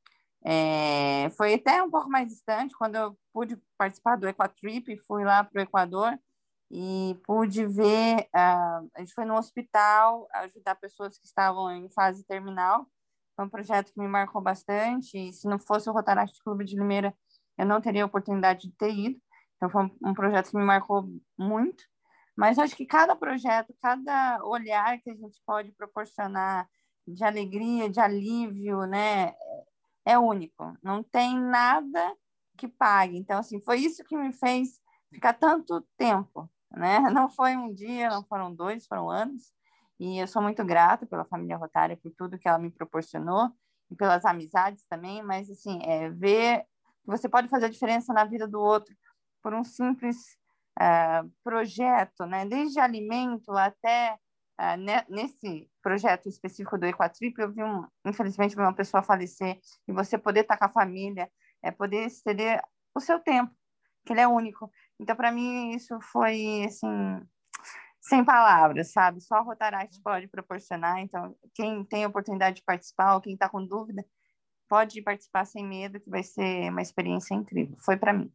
C: É, foi até um pouco mais distante, quando eu pude participar do Equatrip, fui lá para o Equador e pude ver, uh, a gente foi no hospital ajudar pessoas que estavam em fase terminal. Foi um projeto que me marcou bastante, e se não fosse o Rotaract Clube de Limeira, eu não teria a oportunidade de ter ido. Então foi um, um projeto que me marcou muito, mas acho que cada projeto, cada olhar que a gente pode proporcionar de alegria, de alívio, né, é único, não tem nada que pague. Então, assim, foi isso que me fez ficar tanto tempo, né? Não foi um dia, não foram dois, foram anos. E eu sou muito grata pela família Rotária, por tudo que ela me proporcionou e pelas amizades também. Mas, assim, é ver que você pode fazer a diferença na vida do outro por um simples uh, projeto, né? Desde alimento até Uh, nesse projeto específico do Equatrip, eu vi, um, infelizmente, uma pessoa falecer, e você poder estar com a família, é poder exceder o seu tempo, que ele é único. Então, para mim, isso foi, assim, sem palavras, sabe? Só a Rotaract pode proporcionar. Então, quem tem a oportunidade de participar, ou quem está com dúvida, pode participar sem medo, que vai ser uma experiência incrível. Foi para mim.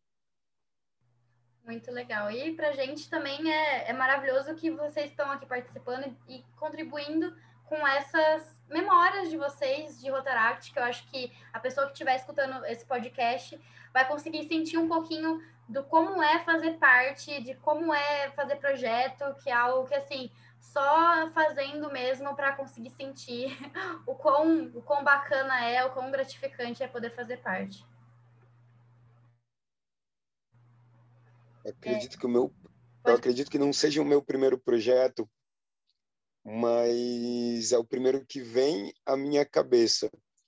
B: Muito legal. E para a gente também é, é maravilhoso que vocês estão aqui participando e, e contribuindo com essas memórias de vocês de Rotaract, que eu acho que a pessoa que estiver escutando esse podcast vai conseguir sentir um pouquinho do como é fazer parte, de como é fazer projeto, que é algo que, assim, só fazendo mesmo para conseguir sentir o quão, o quão bacana é, o quão gratificante é poder fazer parte.
D: Eu acredito que o meu, eu acredito que não seja o meu primeiro projeto, mas é o primeiro que vem à minha cabeça.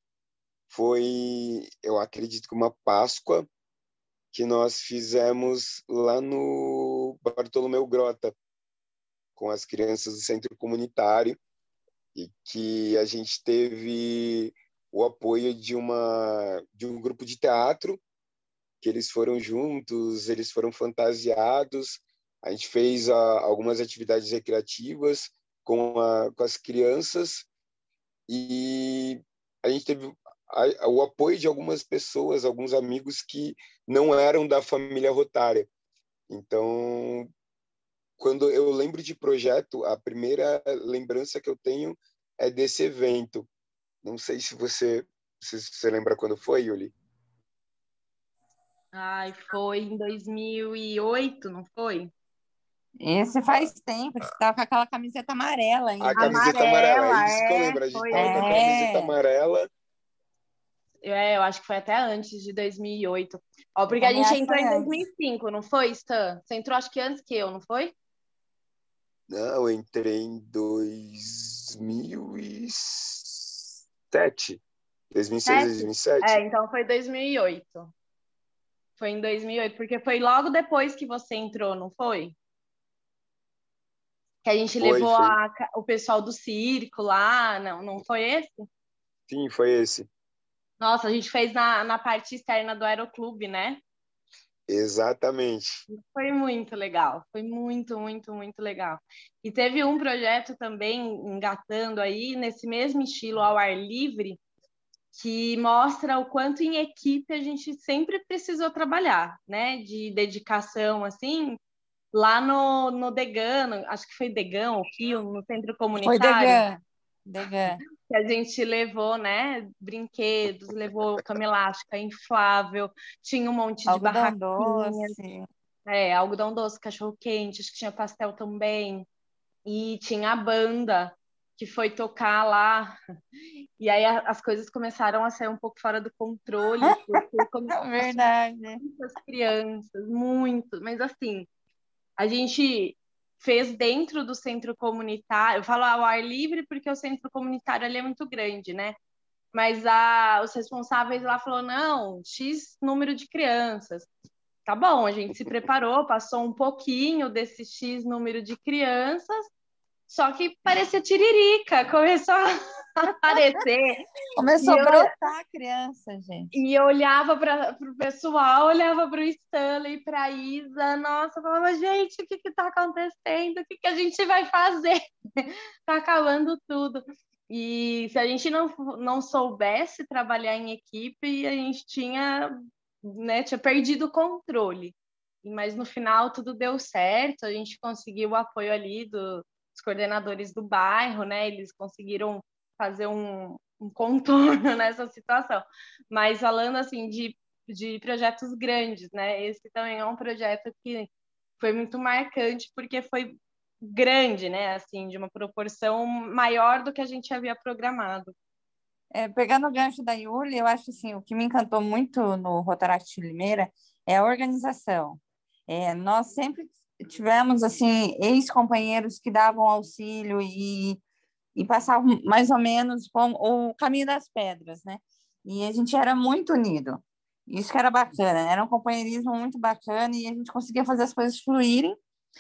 D: Foi, eu acredito que uma Páscoa que nós fizemos lá no Bartolomeu Grota, com as crianças do centro comunitário, e que a gente teve o apoio de, uma, de um grupo de teatro, que eles foram juntos, eles foram fantasiados, a gente fez a, algumas atividades recreativas com, a, com as crianças, e a gente teve a, o apoio de algumas pessoas, alguns amigos que não eram da família Rotária. Então, quando eu lembro de projeto, a primeira lembrança que eu tenho é desse evento. Não sei se você, se você lembra quando foi, Yuli?
E: Ai, foi em dois mil e oito, não foi?
C: Esse faz tempo, você tava com aquela camiseta amarela ainda.
D: A camiseta amarela,
E: Amarela,
D: é isso que eu
E: é,
D: lembro. A gente
E: foi.
D: tava com a
C: É.
D: camiseta amarela.
E: É, eu acho que foi até antes de dois mil e oito. Ó, porque a
C: também
E: gente
C: acho que
E: entrou
C: foi
E: em
C: antes.
E: dois mil e cinco, não foi, Stan? Você entrou acho que antes que eu, não foi?
D: Não, eu entrei em dois mil e sete. dois mil e seis, dois mil e sete.
E: É, então foi dois mil e oito. Foi em dois mil e oito, porque foi logo depois que você entrou, não foi? Que a gente
D: Foi,
E: levou
D: foi.
E: a- o pessoal do circo lá, não, não foi esse?
D: Sim, foi esse.
E: Nossa, a gente fez na, na parte externa do Aeroclube, né?
D: Exatamente.
E: Foi muito legal, foi muito, muito, muito legal. E teve um projeto também engatando aí, nesse mesmo estilo, ao ar livre, que mostra o quanto em equipe a gente sempre precisou trabalhar, né? De dedicação, assim, lá no, no Degano, acho que foi Degão, o Rio, no centro
C: Foi
E: comunitário.
C: Degan. Degan.
E: Que a gente levou, né, brinquedos, levou cama elástica, inflável, tinha um monte de
C: Algodão
E: barraquinhas,
C: doce.
E: é, algodão doce, cachorro-quente, acho que tinha pastel também, e tinha a banda que foi tocar lá, e aí a- as coisas começaram a sair um pouco fora do controle, porque começaram
C: Verdade.
E: muitas crianças, muito, mas assim, a gente fez dentro do centro comunitário. Eu falo ao ar livre porque o centro comunitário ali é muito grande, né? Mas a, os responsáveis lá falaram, não, X número de crianças. Tá bom, a gente se preparou, passou um pouquinho desse X número de crianças, só que parecia tiririca, começou a aparecer.
C: Começou a
E: eu,
C: brotar a criança, gente.
E: E eu olhava para o pessoal, olhava para o Stanley, para a Isa, nossa, eu falava, gente, o que está acontecendo? O que, que a gente vai fazer? Está acabando tudo. E se a gente não, não soubesse trabalhar em equipe, a gente tinha, né, tinha perdido o controle. Mas no final tudo deu certo, a gente conseguiu o apoio ali do, dos coordenadores do bairro, né? Eles conseguiram fazer um, um contorno nessa situação. Mas falando assim de, de projetos grandes, né? Esse também é um projeto que foi muito marcante porque foi grande, né? Assim, de uma proporção maior do que a gente havia programado.
C: É, pegando o gancho da Yuli, eu acho assim, o que me encantou muito no Rotaract Limeira é a organização. É, nós sempre tivemos assim ex-companheiros que davam auxílio e, e passavam mais ou menos como o caminho das pedras, né? E a gente era muito unido. Isso que era bacana, era um companheirismo muito bacana e a gente conseguia fazer as coisas fluírem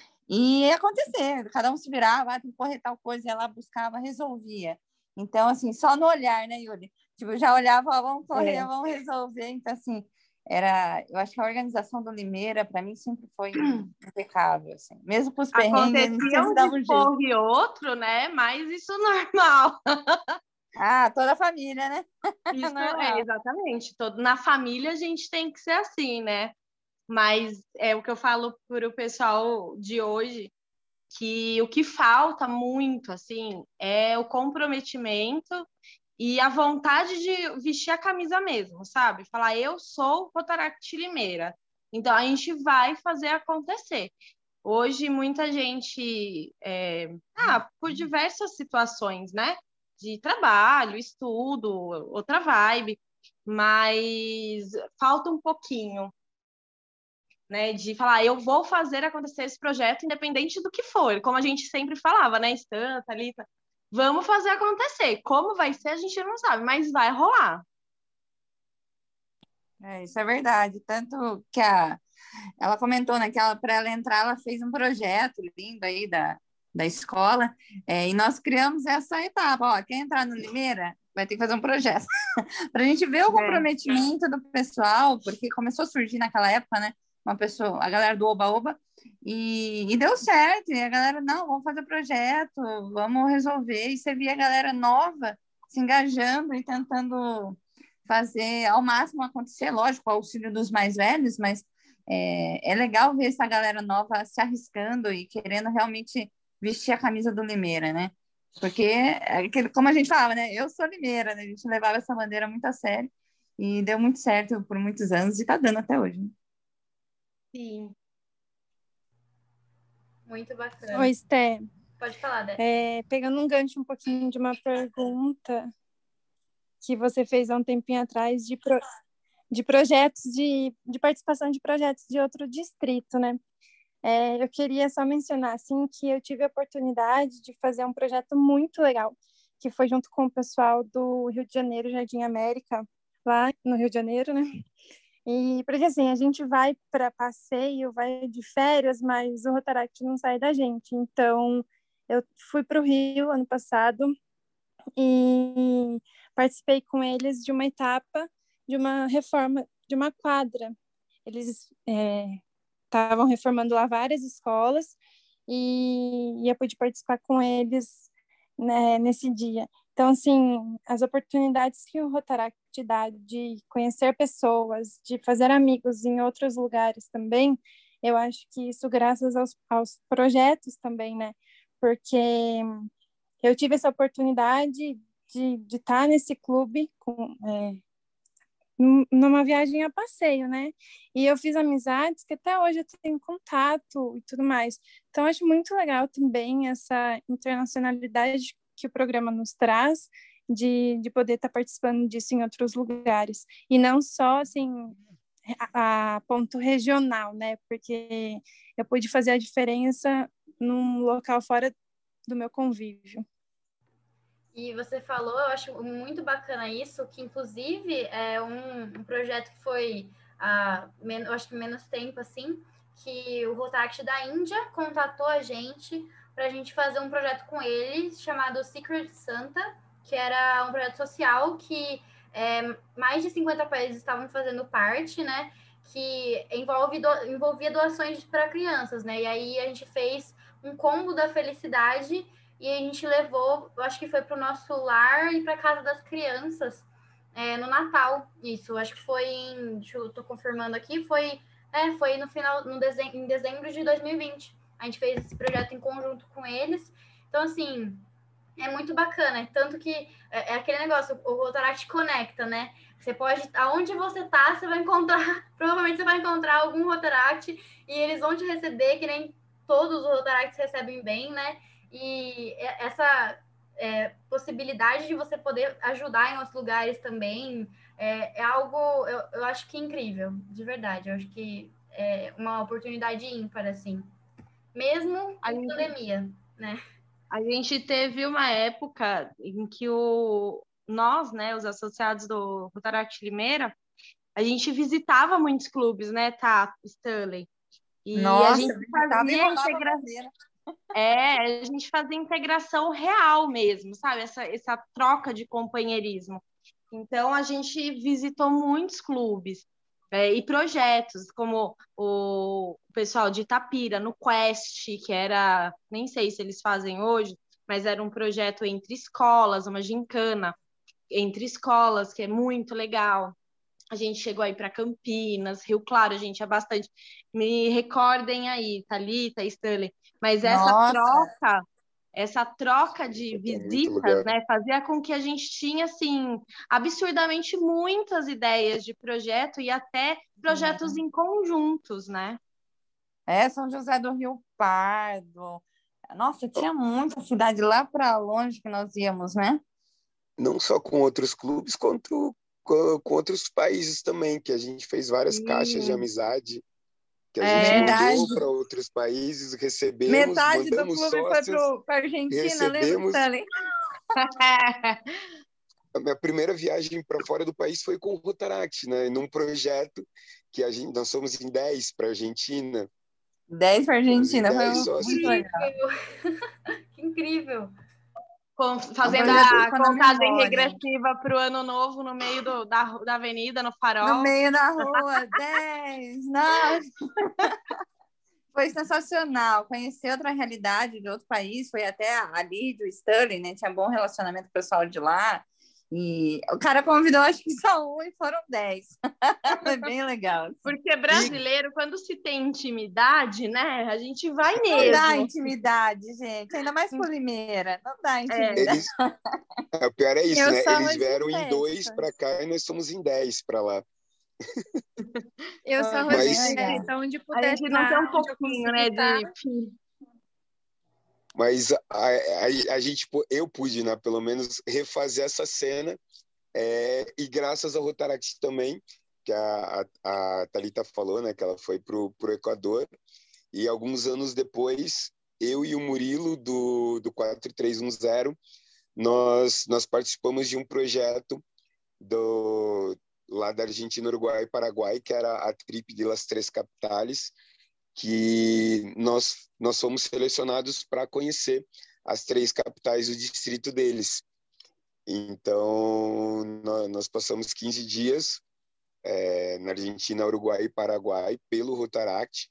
C: e acontecer. Cada um se virava, ah, tem que correr tal coisa, ia lá, buscava, resolvia. Então, assim, só no olhar, né, Yuri? Tipo, já olhava, ó, vamos correr, é. vamos resolver. Então, assim, era, eu acho que a organização do Limeira, para mim, sempre foi impecável, assim. Mesmo com os perrengues, eles sempre davam um jeito.
E: E outro, né? Mas isso é normal.
C: Ah, toda a família, né?
E: Isso é, exatamente. Todo, na família a gente tem que ser assim, né? Mas é o que eu falo para o pessoal de hoje, que o que falta muito, assim, é o comprometimento e a vontade de vestir a camisa mesmo, sabe? Falar, eu sou Rotaract Limeira, então a gente vai fazer acontecer. Hoje, muita gente, é, ah, por diversas situações, né? De trabalho, estudo, outra vibe, mas falta um pouquinho, né? De falar, eu vou fazer acontecer esse projeto, independente do que for, como a gente sempre falava, né? Stan, Thalita, vamos fazer acontecer. Como vai ser, a gente não sabe, mas vai rolar.
C: É, isso é verdade. Tanto que a, ela comentou, né, que para ela entrar, ela fez um projeto lindo aí da, da escola, é, e nós criamos essa etapa. Ó, quem entrar no Limeira vai ter que fazer um projeto. Para a gente ver o comprometimento é. do pessoal, porque começou a surgir naquela época, né? Uma pessoa, a galera do Oba-Oba, e, e deu certo. E a galera, não, vamos fazer projeto, vamos resolver. E você via a galera nova se engajando e tentando fazer ao máximo acontecer, lógico, com o auxílio dos mais velhos, mas é, é legal ver essa galera nova se arriscando e querendo realmente vestir a camisa do Limeira, né? Porque, como a gente falava, né? Eu sou Limeira, né? A gente levava essa bandeira muito a sério e deu muito certo por muitos anos e tá dando até hoje, né?
E: Sim.
B: Muito bacana.
F: Oi, Esté.
B: Pode falar, Dé.
F: É, pegando um gancho um pouquinho de uma pergunta que você fez há um tempinho atrás de, pro, de projetos, de, de participação de projetos de outro distrito, né? É, eu queria só mencionar, assim, que eu tive a oportunidade de fazer um projeto muito legal, que foi junto com o pessoal do Rio de Janeiro, Jardim América, lá no Rio de Janeiro, né? E, porque assim, a gente vai para passeio, vai de férias, mas o Rotaract não sai da gente. Então, eu fui para o Rio ano passado e participei com eles de uma etapa de uma reforma de uma quadra. Eles estavam é, reformando lá várias escolas e, e eu pude participar com eles, né, nesse dia. Então, assim, as oportunidades que o Rotaract dá de conhecer pessoas, de fazer amigos em outros lugares também, eu acho que isso graças aos, aos projetos também, né? Porque eu tive essa oportunidade de, de estar nesse clube com, é, numa viagem a passeio, né? E eu fiz amizades que até hoje eu tenho contato e tudo mais. Então, eu acho muito legal também essa internacionalidade que o programa nos traz, de, de poder estar participando disso em outros lugares. E não só, assim, a, a ponto regional, né? Porque eu pude fazer a diferença num local fora do meu convívio.
B: E você falou, eu acho muito bacana isso, que inclusive é um, um projeto que foi há, eu acho que menos tempo, assim, que o Rotaract da Índia contatou a gente para a gente fazer um projeto com eles chamado Secret Santa, que era um projeto social que é, mais de cinquenta países estavam fazendo parte, né? Que envolve do, envolvia doações para crianças, né? E aí a gente fez um combo da felicidade e a gente levou, eu acho que foi para o nosso lar e para casa das crianças é, no Natal. Isso, acho que foi em, deixa eu tô confirmando aqui, foi, é, foi no final, no dezem, em dezembro de dois mil e vinte. A gente fez esse projeto em conjunto com eles. Então, assim, é muito bacana. Tanto que é, é aquele negócio, o Rotaract conecta, né? Você pode, aonde você tá, você vai encontrar, provavelmente você vai encontrar algum Rotaract e eles vão te receber, que nem todos os Rotaracts recebem bem, né? E essa é, possibilidade de você poder ajudar em outros lugares também é, é algo, eu, eu acho que incrível, de verdade. Eu acho que é uma oportunidade ímpar, assim. Mesmo
E: A
B: em
E: gente,
B: pandemia, né?
E: a gente teve uma época em que o, nós, né, os associados do Rotaract Limeira, a gente visitava muitos clubes, né, tá, Stanley? E
C: Nossa,
E: a gente fazia integração. É, a gente fazia integração real mesmo, sabe? Essa, essa troca de companheirismo. Então, a gente visitou muitos clubes é, e projetos, como o pessoal de Itapira, no Quest, que era, nem sei se eles fazem hoje, mas era um projeto entre escolas, uma gincana entre escolas, que é muito legal. A gente chegou aí para Campinas, Rio Claro, a gente é bastante. Me recordem aí, Thalita, Stanley. Mas essa
C: Nossa.
E: troca, essa troca de
D: Tá
E: visitas, né, fazia com que a gente tinha assim absurdamente muitas ideias de projeto e até projetos
C: Uhum.
E: em conjuntos, né?
C: É, São José do Rio Pardo. Nossa, tinha muita cidade lá para longe que nós íamos, né?
D: Não só com outros clubes, quanto com, com outros países também, que a gente fez várias
E: Sim.
D: caixas de amizade, que a
E: É
D: gente
C: verdade.
D: mandou para outros países, recebemos,
C: Metade do
D: mandamos
C: clube foi
D: sócios,
C: para a Argentina, lembra,
D: recebemos.
C: Stanley?
D: A minha primeira viagem para fora do país foi com o Rotaract, né? Num projeto que a gente, nós somos em dez para a Argentina.
C: dez para a Argentina, foi
D: dez sócios.
C: muito legal.
B: Que incrível!
E: Com, fazendo
C: projeto
E: a
C: ficou na
E: contagem
C: memória.
E: regressiva para o ano novo no meio do, da, da avenida, no farol.
C: No meio da rua, dez, nove. Foi sensacional. Conhecer outra realidade de outro país, foi até ali do Stanley, né? Tinha bom relacionamento com o pessoal de lá. E o cara convidou, acho que só um, e foram dez. Foi bem legal. Assim.
E: Porque brasileiro, e... quando se tem intimidade, né? A gente vai
C: não
E: mesmo.
C: Não dá intimidade, gente. Ainda mais por Limeira. Não dá intimidade.
D: Eles... O pior é isso,
F: Eu
D: né? Eles vieram em
F: festa.
D: dois para cá e nós somos em dez para lá.
F: Eu sou
D: Mas...
F: de festa, onde puder
E: a gente não tem um pouquinho, né?
F: Tá.
E: De...
D: Mas a, a, a gente, eu pude, né, pelo menos, refazer essa cena, é, e graças ao Rotaract também, que a, a, a Thalita falou, né, que ela foi para o Equador, e alguns anos depois, eu e o Murilo, do, do quatro três um zero, nós, nós participamos de um projeto do, lá da Argentina, Uruguai e Paraguai, que era a Trip de las Três Capitales, que nós, nós fomos selecionados para conhecer as três capitais do distrito deles. Então, nós, nós passamos quinze dias é, na Argentina, Uruguai e Paraguai, pelo Rotaract.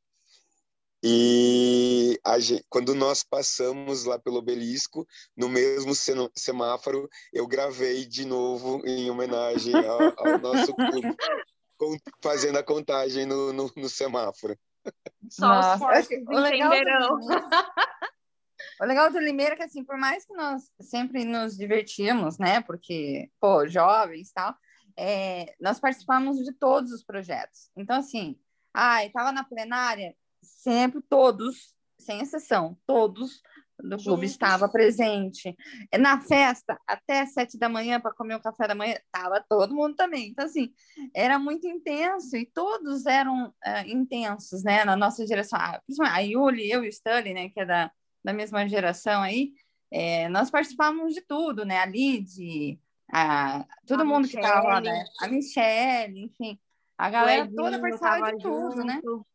D: E a gente, quando nós passamos lá pelo Obelisco, no mesmo semáforo, eu gravei de novo em homenagem ao, ao nosso clube, fazendo a contagem no, no, no semáforo.
E: Só Nossa, os fortes entenderão.
C: O legal do Limeira é que, assim, por mais que nós sempre nos divertíamos, né? Porque, pô, jovens e tal, é, nós participamos de todos os projetos. Então, assim, ai, tava na plenária, sempre todos, sem exceção, todos do clube
B: Juntos.
C: estava presente. Na festa, até sete da manhã, para comer o café da manhã, estava todo mundo também. Então, assim, era muito intenso e todos eram uh, intensos, né, na nossa direção. A, a Yuli, eu e o Stanley, né, que é da, da mesma geração aí, é, nós participávamos de tudo, né, a Lid, a, todo
E: A
C: mundo que estava lá,
E: Michele.
C: né, a Michelle, enfim, a
E: O
C: galera toda
E: Edinho
C: participava
E: tava
C: de tudo, né?
E: junto.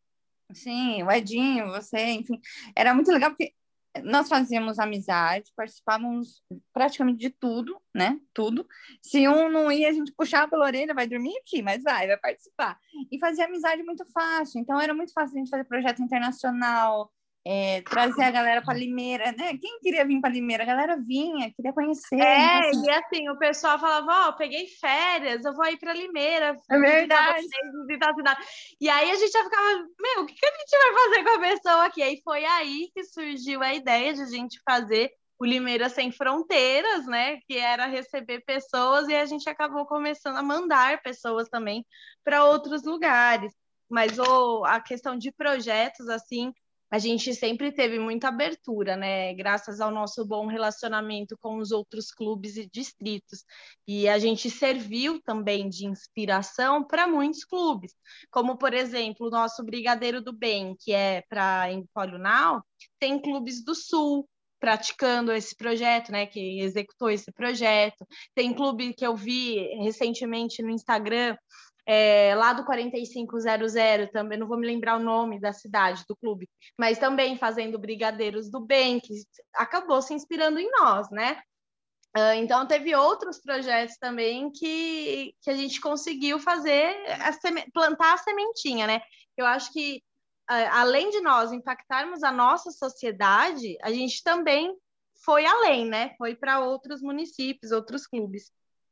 C: Sim, o Edinho, você, enfim, era muito legal porque nós fazíamos amizade, participávamos praticamente de tudo, né? Tudo. Se um não ia, a gente puxava pela orelha, vai dormir aqui, mas vai, vai participar. E fazia amizade muito fácil. Então era muito fácil a gente fazer projeto internacional, é, trazer a galera para Limeira, né? Quem queria vir para Limeira? A galera vinha, queria conhecer. Então,
E: É,
C: assim,
E: e assim, o pessoal falava, ó, oh, peguei férias, eu vou ir para Limeira,
C: é
E: visitar
C: verdade.
E: vocês, visitar a cidade. E aí a gente já ficava, meu, o que, que a gente vai fazer com a pessoa aqui? Aí foi aí que surgiu a ideia de a gente fazer o Limeira Sem Fronteiras, né? Que era receber pessoas e a gente acabou começando a mandar pessoas também para outros lugares. Mas oh, a questão de projetos, assim, a gente sempre teve muita abertura, né? Graças ao nosso bom relacionamento com os outros clubes e distritos. E a gente serviu também de inspiração para muitos clubes, como, por exemplo, o nosso Brigadeiro do Bem, que é para Empório Now, tem clubes do Sul praticando esse projeto, né? Que executou esse projeto. Tem clube que eu vi recentemente no Instagram, É, lá do quarenta e cinco zero zero, também não vou me lembrar o nome da cidade, do clube, mas também fazendo Brigadeiros do Bem, que acabou se inspirando em nós, né? Uh, então, teve outros projetos também que, que a gente conseguiu fazer, a seme... plantar a sementinha, né? Eu acho que, uh, além de nós impactarmos a nossa sociedade, a gente também foi além, né? Foi para outros municípios, outros clubes.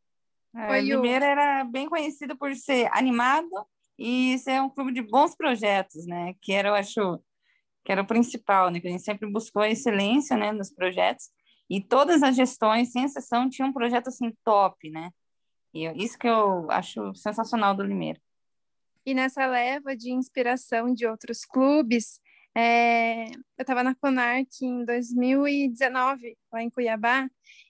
C: É, Limeira era bem conhecido por ser animado e ser um clube de bons projetos, né? Que era, eu acho, que era o principal, né? Que a gente sempre buscou a excelência, né, nos projetos e todas as gestões, sem exceção, tinham um projeto assim top, né? E isso que eu acho sensacional do Limeira.
F: E nessa leva de inspiração de outros clubes, é, eu estava na Conarc em dois mil e dezenove, lá em Cuiabá,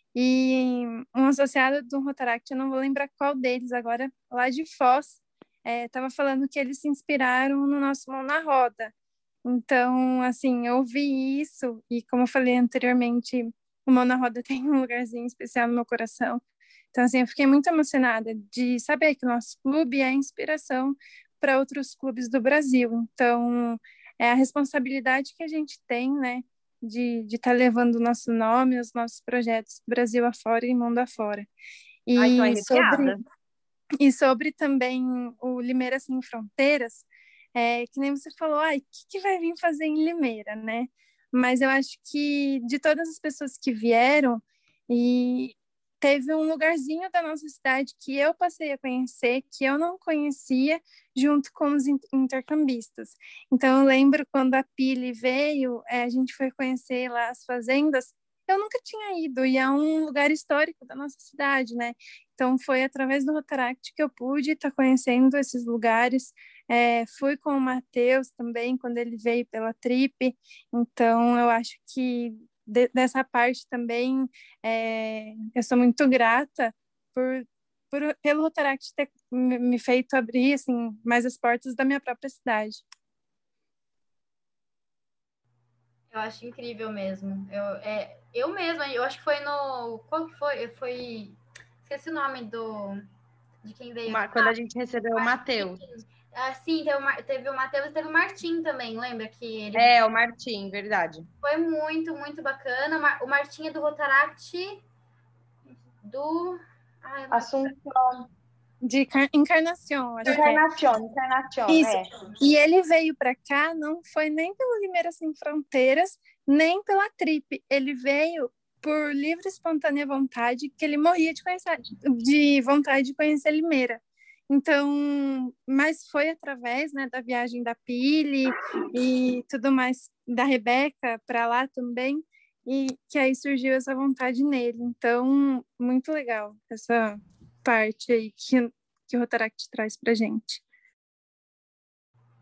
F: e um associado do Rotaract, eu não vou lembrar qual deles agora, lá de Foz, estava é, falando que eles se inspiraram no nosso Mão na Roda. Então, assim, eu ouvi isso, e como eu falei anteriormente, o Mão na Roda tem um lugarzinho especial no meu coração. Então, assim, eu fiquei muito emocionada de saber que o nosso clube é inspiração para outros clubes do Brasil. Então, é a responsabilidade que a gente tem, né, de estar tá levando o nosso nome, os nossos projetos Brasil afora e mundo afora. E
E: Ai,
F: sobre e sobre também o Limeira Sem Fronteiras, é, que nem você falou, ai, o que, que vai vir fazer em Limeira, né? Mas eu acho que de todas as pessoas que vieram, e teve um lugarzinho da nossa cidade que eu passei a conhecer, que eu não conhecia, junto com os intercambistas. Então, eu lembro quando a Pili veio, é, a gente foi conhecer lá as fazendas, eu nunca tinha ido, e é um lugar histórico da nossa cidade, né? Então, foi através do Rotaract que eu pude estar conhecendo esses lugares. É, fui com o Matheus também, quando ele veio pela Trip. Então, eu acho que de, dessa parte também, é, eu sou muito grata por, por, pelo Rotaract ter me feito abrir assim, mais as portas da minha própria cidade.
B: Eu acho incrível mesmo. Eu, é, eu mesma, eu acho que foi no... Qual que foi? Foi... Esqueci o nome do... De quem veio.
E: Uma, quando a gente recebeu o Matheus.
B: Ah, sim, teve o, teve o Matheus e teve o Martim também, lembra? Que ele...
E: É, o Martim, verdade.
B: Foi muito, muito bacana. O Martim é do Rotaract do... Ai,
E: Assunção.
F: De Encarnação, acho
E: Encarnação,
F: que é.
E: Encarnação,
F: Isso.
E: É.
F: E ele veio para cá, não foi nem pelo Limeira Sem Fronteiras, nem pela Trip. Ele veio por livre e espontânea vontade, que ele morria de conhecer, de vontade de conhecer Limeira. Então, mas foi através, né, da viagem da Pili e tudo mais, da Rebeca para lá também, e que aí surgiu essa vontade nele. Então, muito legal essa parte aí que, que o Rotaract traz pra gente.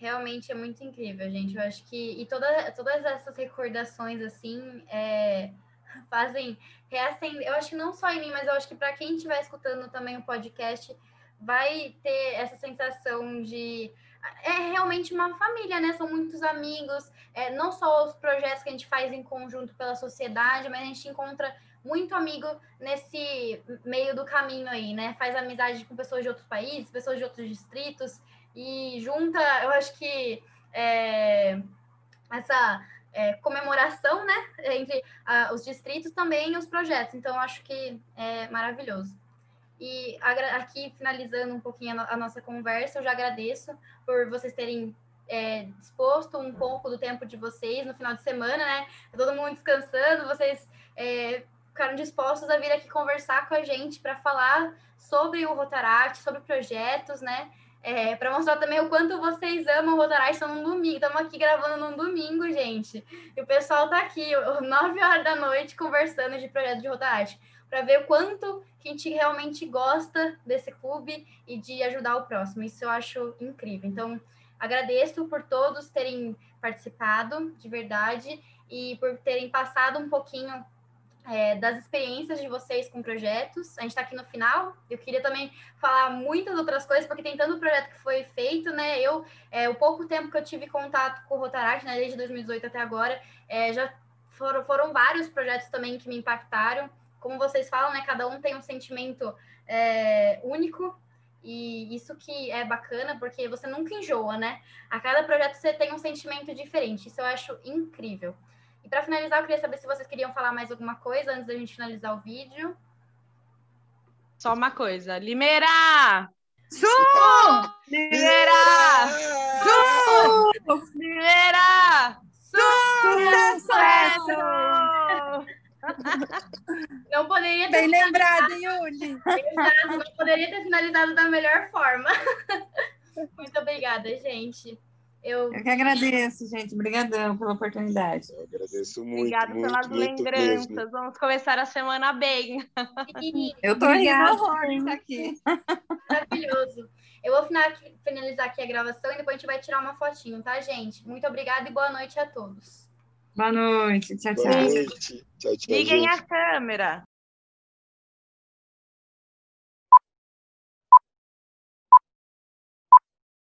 B: Realmente é muito incrível, gente. Eu acho que e toda, todas essas recordações assim é, fazem reacender. Eu acho que não só em mim, mas eu acho que para quem estiver escutando também o podcast vai ter essa sensação de é realmente uma família, né? São muitos amigos, é, não só os projetos que a gente faz em conjunto pela sociedade, mas a gente encontra muito amigo nesse meio do caminho aí, né? Faz amizade com pessoas de outros países, pessoas de outros distritos. E junta, eu acho que é, essa é, comemoração, né, entre ah, os distritos também e os projetos. Então, eu acho que é maravilhoso. E aqui, finalizando um pouquinho a, no a nossa conversa, eu já agradeço por vocês terem é, disposto um pouco do tempo de vocês no final de semana, né? Todo mundo descansando, vocês é, ficaram dispostos a vir aqui conversar com a gente para falar sobre o Rotaract, sobre projetos, né? É, para mostrar também o quanto vocês amam o Rotaract. Estão num domingo, estamos aqui gravando num domingo, gente. E o pessoal está aqui, nove horas da noite, conversando de projeto de Rotaract, para ver o quanto que a gente realmente gosta desse clube e de ajudar o próximo. Isso eu acho incrível. Então, agradeço por todos terem participado, de verdade, e por terem passado um pouquinho É, das experiências de vocês com projetos. A gente está aqui no final. Eu queria também falar muitas outras coisas, porque tem tanto projeto que foi feito, né? Eu, é, o pouco tempo que eu tive contato com o Rotaract, né, desde dois mil e dezoito até agora, é, já foram, foram vários projetos também que me impactaram. Como vocês falam, né? Cada um tem um sentimento é, único. E isso que é bacana, porque você nunca enjoa, né? A cada projeto você tem um sentimento diferente. Isso eu acho incrível. E para finalizar, eu queria saber se vocês queriam falar mais alguma coisa antes da gente finalizar o vídeo.
E: Só uma coisa. Limeira!
C: Su!
E: Limeira! Su! Limeira!
C: Sucesso!
B: Não poderia ter
F: Bem lembrado, Yuli.
B: Exato, não poderia ter finalizado da melhor forma. Muito obrigada, gente. Eu...
C: Eu que agradeço, gente. Obrigadão pela oportunidade.
D: Eu agradeço muito,
E: Obrigada
D: muito,
E: pelas
D: muito
E: lembranças.
D: mesmo.
E: Vamos começar a semana bem.
C: Eu tô rindo horrores aqui.
B: Maravilhoso. Eu vou finalizar aqui a gravação e depois a gente vai tirar uma fotinho, tá, gente? Muito obrigada e boa noite a todos.
C: Boa noite. Tchau, tchau.
D: Boa noite. Tchau, tchau,
E: Liguem
D: gente.
E: a câmera.